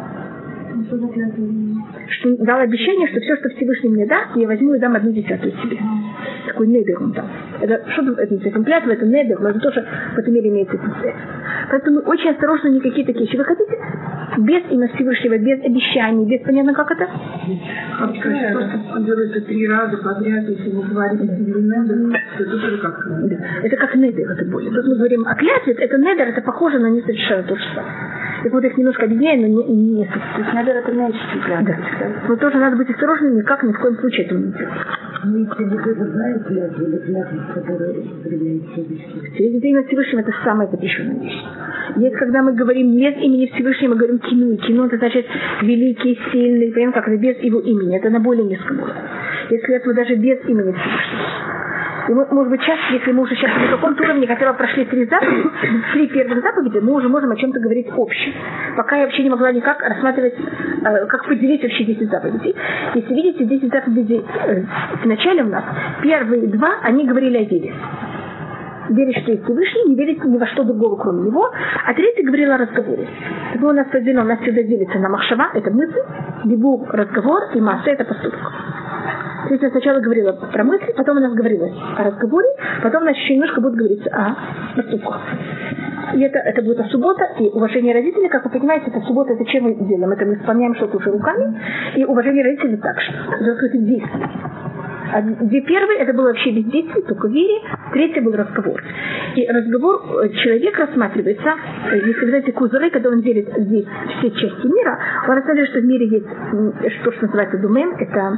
Speaker 1: Что дал обещание, что все, что Всевышний мне даст, я возьму и дам одну десятую себе. Такой недер он дал. Это что это не клятва, это недер, но это тоже в этом мире имеется связь. Поэтому очень осторожно никакие такие вещи. Вы хотите без имя Всевышнего, без обещаний, без понятно как это?
Speaker 3: А что делается три раза подряд, если вы говорите недер, то это тоже как недер.
Speaker 1: Это как недер, это более. Тут мы говорим о клятве, это недер, это похоже на не совершенно то же самое. Я вот их немножко объединяю, но не, не, не. То есть, наверное, это меньше клятвы. Да. Но тоже надо быть осторожным, никак ни в коем случае этого не делать.
Speaker 4: Ну, если вы это знаете, клятвы или клятвы, которые употребляют Всевышнего?
Speaker 1: Через имя Всевышнего это самая запрещенная вещь. Есть, когда мы говорим без имени Всевышнего, мы говорим кину. Кину это значит великий, сильный, прям как это без его имени. Это на более низком уровне. Если это даже без имени Всевышнего. И мы, может быть, сейчас, если мы уже сейчас на каком-то уровне хотя бы прошли три заповеди, три первых заповеди, мы уже можем о чем-то говорить общем. Пока я вообще не могла никак рассматривать, э, как поделить вообще десять заповедей. Если видите, десять заповедей э, в начале у нас, первые два, они говорили о вере. Верить, что есть Всевышний, не верить ни во что другого, кроме него. А третий говорил о разговоре. Так у нас поделено, у нас всегда делится на махшава, это мысль, дибур, разговор, и масса, это поступок. То есть я сначала говорила про мысли, потом у нас говорилось о разговоре, потом у нас еще немножко будет говориться о поступках. И это, это будет о суббота, и уважение родителей, как вы понимаете, это суббота, это чем мы делаем? Это мы исполняем что-то уже руками, и уважение родителей также. Это действие. А две первые, это было вообще без действий, только в вере, третий был разговор. И разговор человек рассматривается, если вы знаете, кузуры, когда он делит здесь все части мира, он рассматривает, что в мире есть что, что называется думен, это...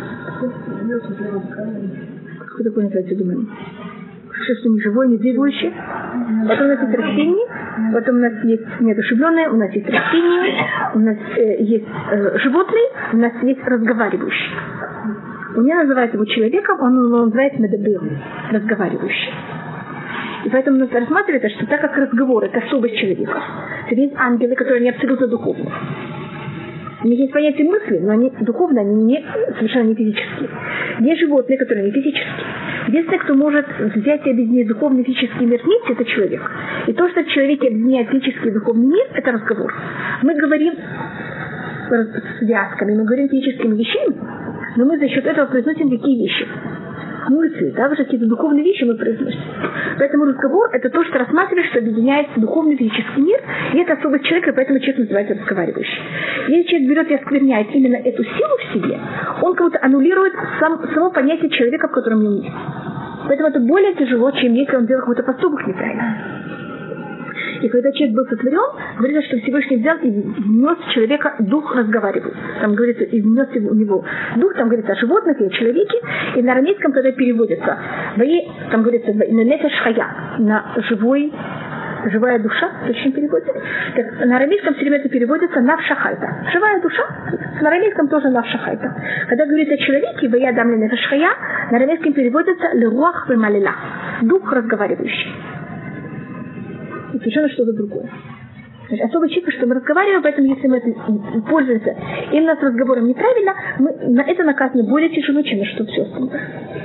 Speaker 1: Что такое называется думен? Все, что не живое, не двигающее. Потом у нас есть растения, потом у нас есть неодушевленные, у нас есть растения, у нас э, есть э, животные, у нас есть разговаривающие. У меня называют его человеком, он его называет медабир, разговаривающий. И поэтому нужно рассматривать, что так как разговор – это особость человека, то есть ангелы, которые не абсолютно духовны. У них есть понятие мысли, но они духовно, они не, совершенно не физические. Есть животные, которые не физические. Единственное, кто может взять и объединить духовный и физический мир вместе, это человек. И то, что в человеке объединяет физический и духовный мир, это разговор. Мы говорим связками, мы говорим физическими вещами, но мы за счет этого произносим какие вещи? Мысли, да, уже какие-то духовные вещи мы произносим. Поэтому разговор – это то, что рассматривает, что объединяет духовный и физический мир, и это особость человека, поэтому человек называется разговаривающий. Если человек берет и оскверняет именно эту силу в себе, он как будто аннулирует сам, само понятие человека, в котором он есть. Поэтому это более тяжело, чем если он делает какой-то поступок неправильно. И когда человек был сотворен, говорится, что Всевышний взял и внес в человека дух разговаривает. Там говорится, и внес у него дух, там говорится о животных и о человеке. И на арамейском, когда переводится, там говорится на нефеш хая, на живой, живая душа, точно переводится. Так, на арамейском все время это переводится навшахайта. Живая душа, на арамейском тоже навшахайта. Когда говорится о человеке, вая дам ли нефеш хая, на арамейском переводится леруах вемалила, дух разговаривающий. И совершенно что-то другое. Значит, особо чисто, что мы разговариваем, поэтому если мы это пользуемся именно с разговором неправильно, мы на это наказаны более тяжело, чем на что все остальное.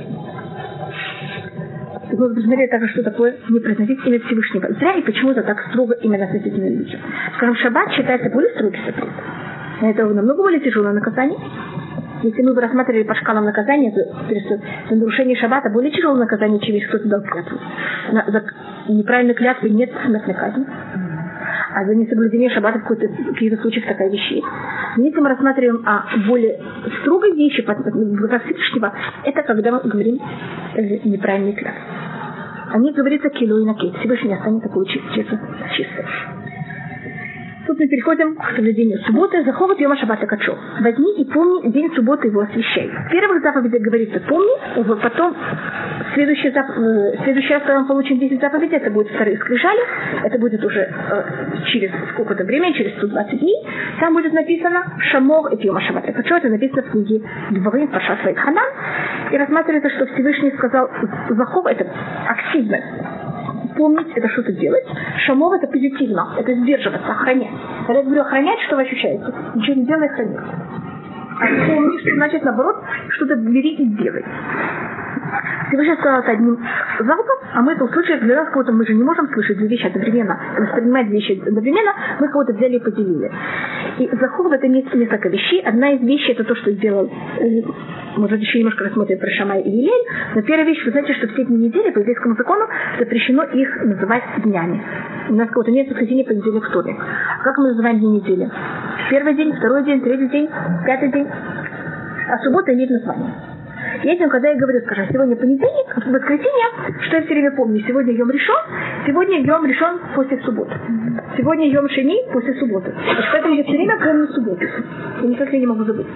Speaker 1: Вы посмотрели также, что такое не произносить имя Всевышнего. Зря и почему-то так строго именно относительно людям. Скажем, шаббат считается более строгий запрет. Это намного более тяжелое наказание. Если мы бы рассматривали по шкалам наказания, то за нарушение шаббата более тяжелое наказание, чем если кто-то дал клятву. За неправильные клятвы нет смертной казни. а за несоблюдение шаббата в каких-то случаях такая вещь есть. Но если мы рассматриваем о более строгой вещи в глазах Всевышнего, это когда мы говорим э, неправильный клятв. О них говорится кило и накид. Всевышний останется получиться чистой. Тут мы переходим к соблюдению субботы. Заховывает Йома Шаббата Кадшо. Возьми и помни день субботы, его освящай. В первых заповедях говорится помни, потом следующий зап... следующий раз, когда мы получим десять заповедей, это будет вторые скрижали, это будет уже э, через сколько-то времени, через сто двадцать дней. Там будет написано Шамор et Йома Шаббата Кадшо, это написано в книге Дворим Паршат Ваикханан. И рассматривается, что Всевышний сказал Захов, это активно помнить, это что-то делать. Шамор это позитивно, это сдерживаться, охранять. Когда я говорю охранять, что вы ощущаете? Ничего не делай, охранять. А помни, что значит наоборот, что-то бери и делай. Всевышний сказал это одним залпом, а мы это услышали, для нас кого-то мы же не можем слышать две вещи одновременно, воспринимать две вещи одновременно, мы кого-то взяли и поделили. И захов в этом есть несколько вещей. Одна из вещей это то, что сделал, может еще немножко рассмотрим про Шамай и Гилель, но первая вещь, вы знаете, что все дни недели по еврейскому закону запрещено их называть днями. У нас кого-то нет воскресенья, понедельник, вторник. А как мы называем дни недели? Первый день, второй день, третий день, пятый день. А суббота имеет название. И этим, когда я говорю, скажем, сегодня понедельник, воскресенье, что я все время помню, сегодня Йом Ришон, сегодня Йом Ришон после субботы. Сегодня Йом Шени после субботы. Значит, поэтому я все время помню субботу. Я никак я не могу забыть.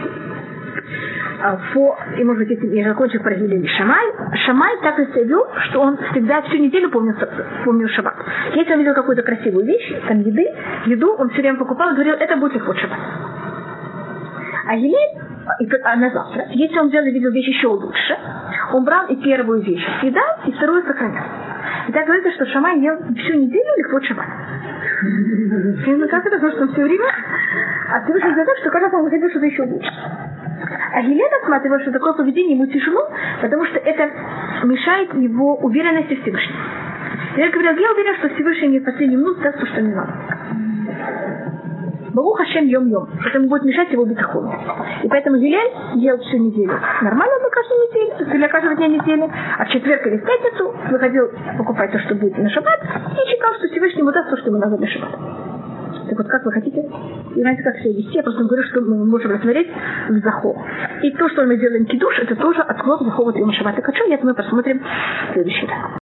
Speaker 1: По, и, может быть, я закончу про Гилель Шамай. Шамай так и заявил, что он всегда всю неделю помнил, помнил шаббат. Если он видел какую-то красивую вещь, там еды, еду, он все время покупал и говорил, это будет легко шаббат. А Гилель, а на завтра, если он взял и видел вещь еще лучше, он брал и первую вещь съедал, и вторую сохранял. И так говорится, что Шамай ел всю неделю легко шаббат. И как это, потому что он все время, а ты вышел за то, что кажется, он хотел что-то еще лучше. А Гилель отсматривал, что такое поведение ему тяжело, потому что это мешает его уверенности в Всевышнем. Я говорю, я уверен, что Всевышний мне в последнюю минуту даст то, что мне надо. Барух Хашем йом-йом. Это ему будет мешать его битахону. И поэтому Гилель ел всю неделю нормально для каждой недели, для каждого дня недели, а в четверг или в пятницу выходил покупать то, что будет на шаббат, и читал, что Всевышний ему даст то, что ему надо для шаббата. Так вот, как вы хотите? И знаете, как себя вести? Я просто говорю, что мы можем рассмотреть в Захов. И то, что мы делаем кидуш, это тоже открой Захова Йома Шаббата Кадшо, и это мы посмотрим в следующий раз.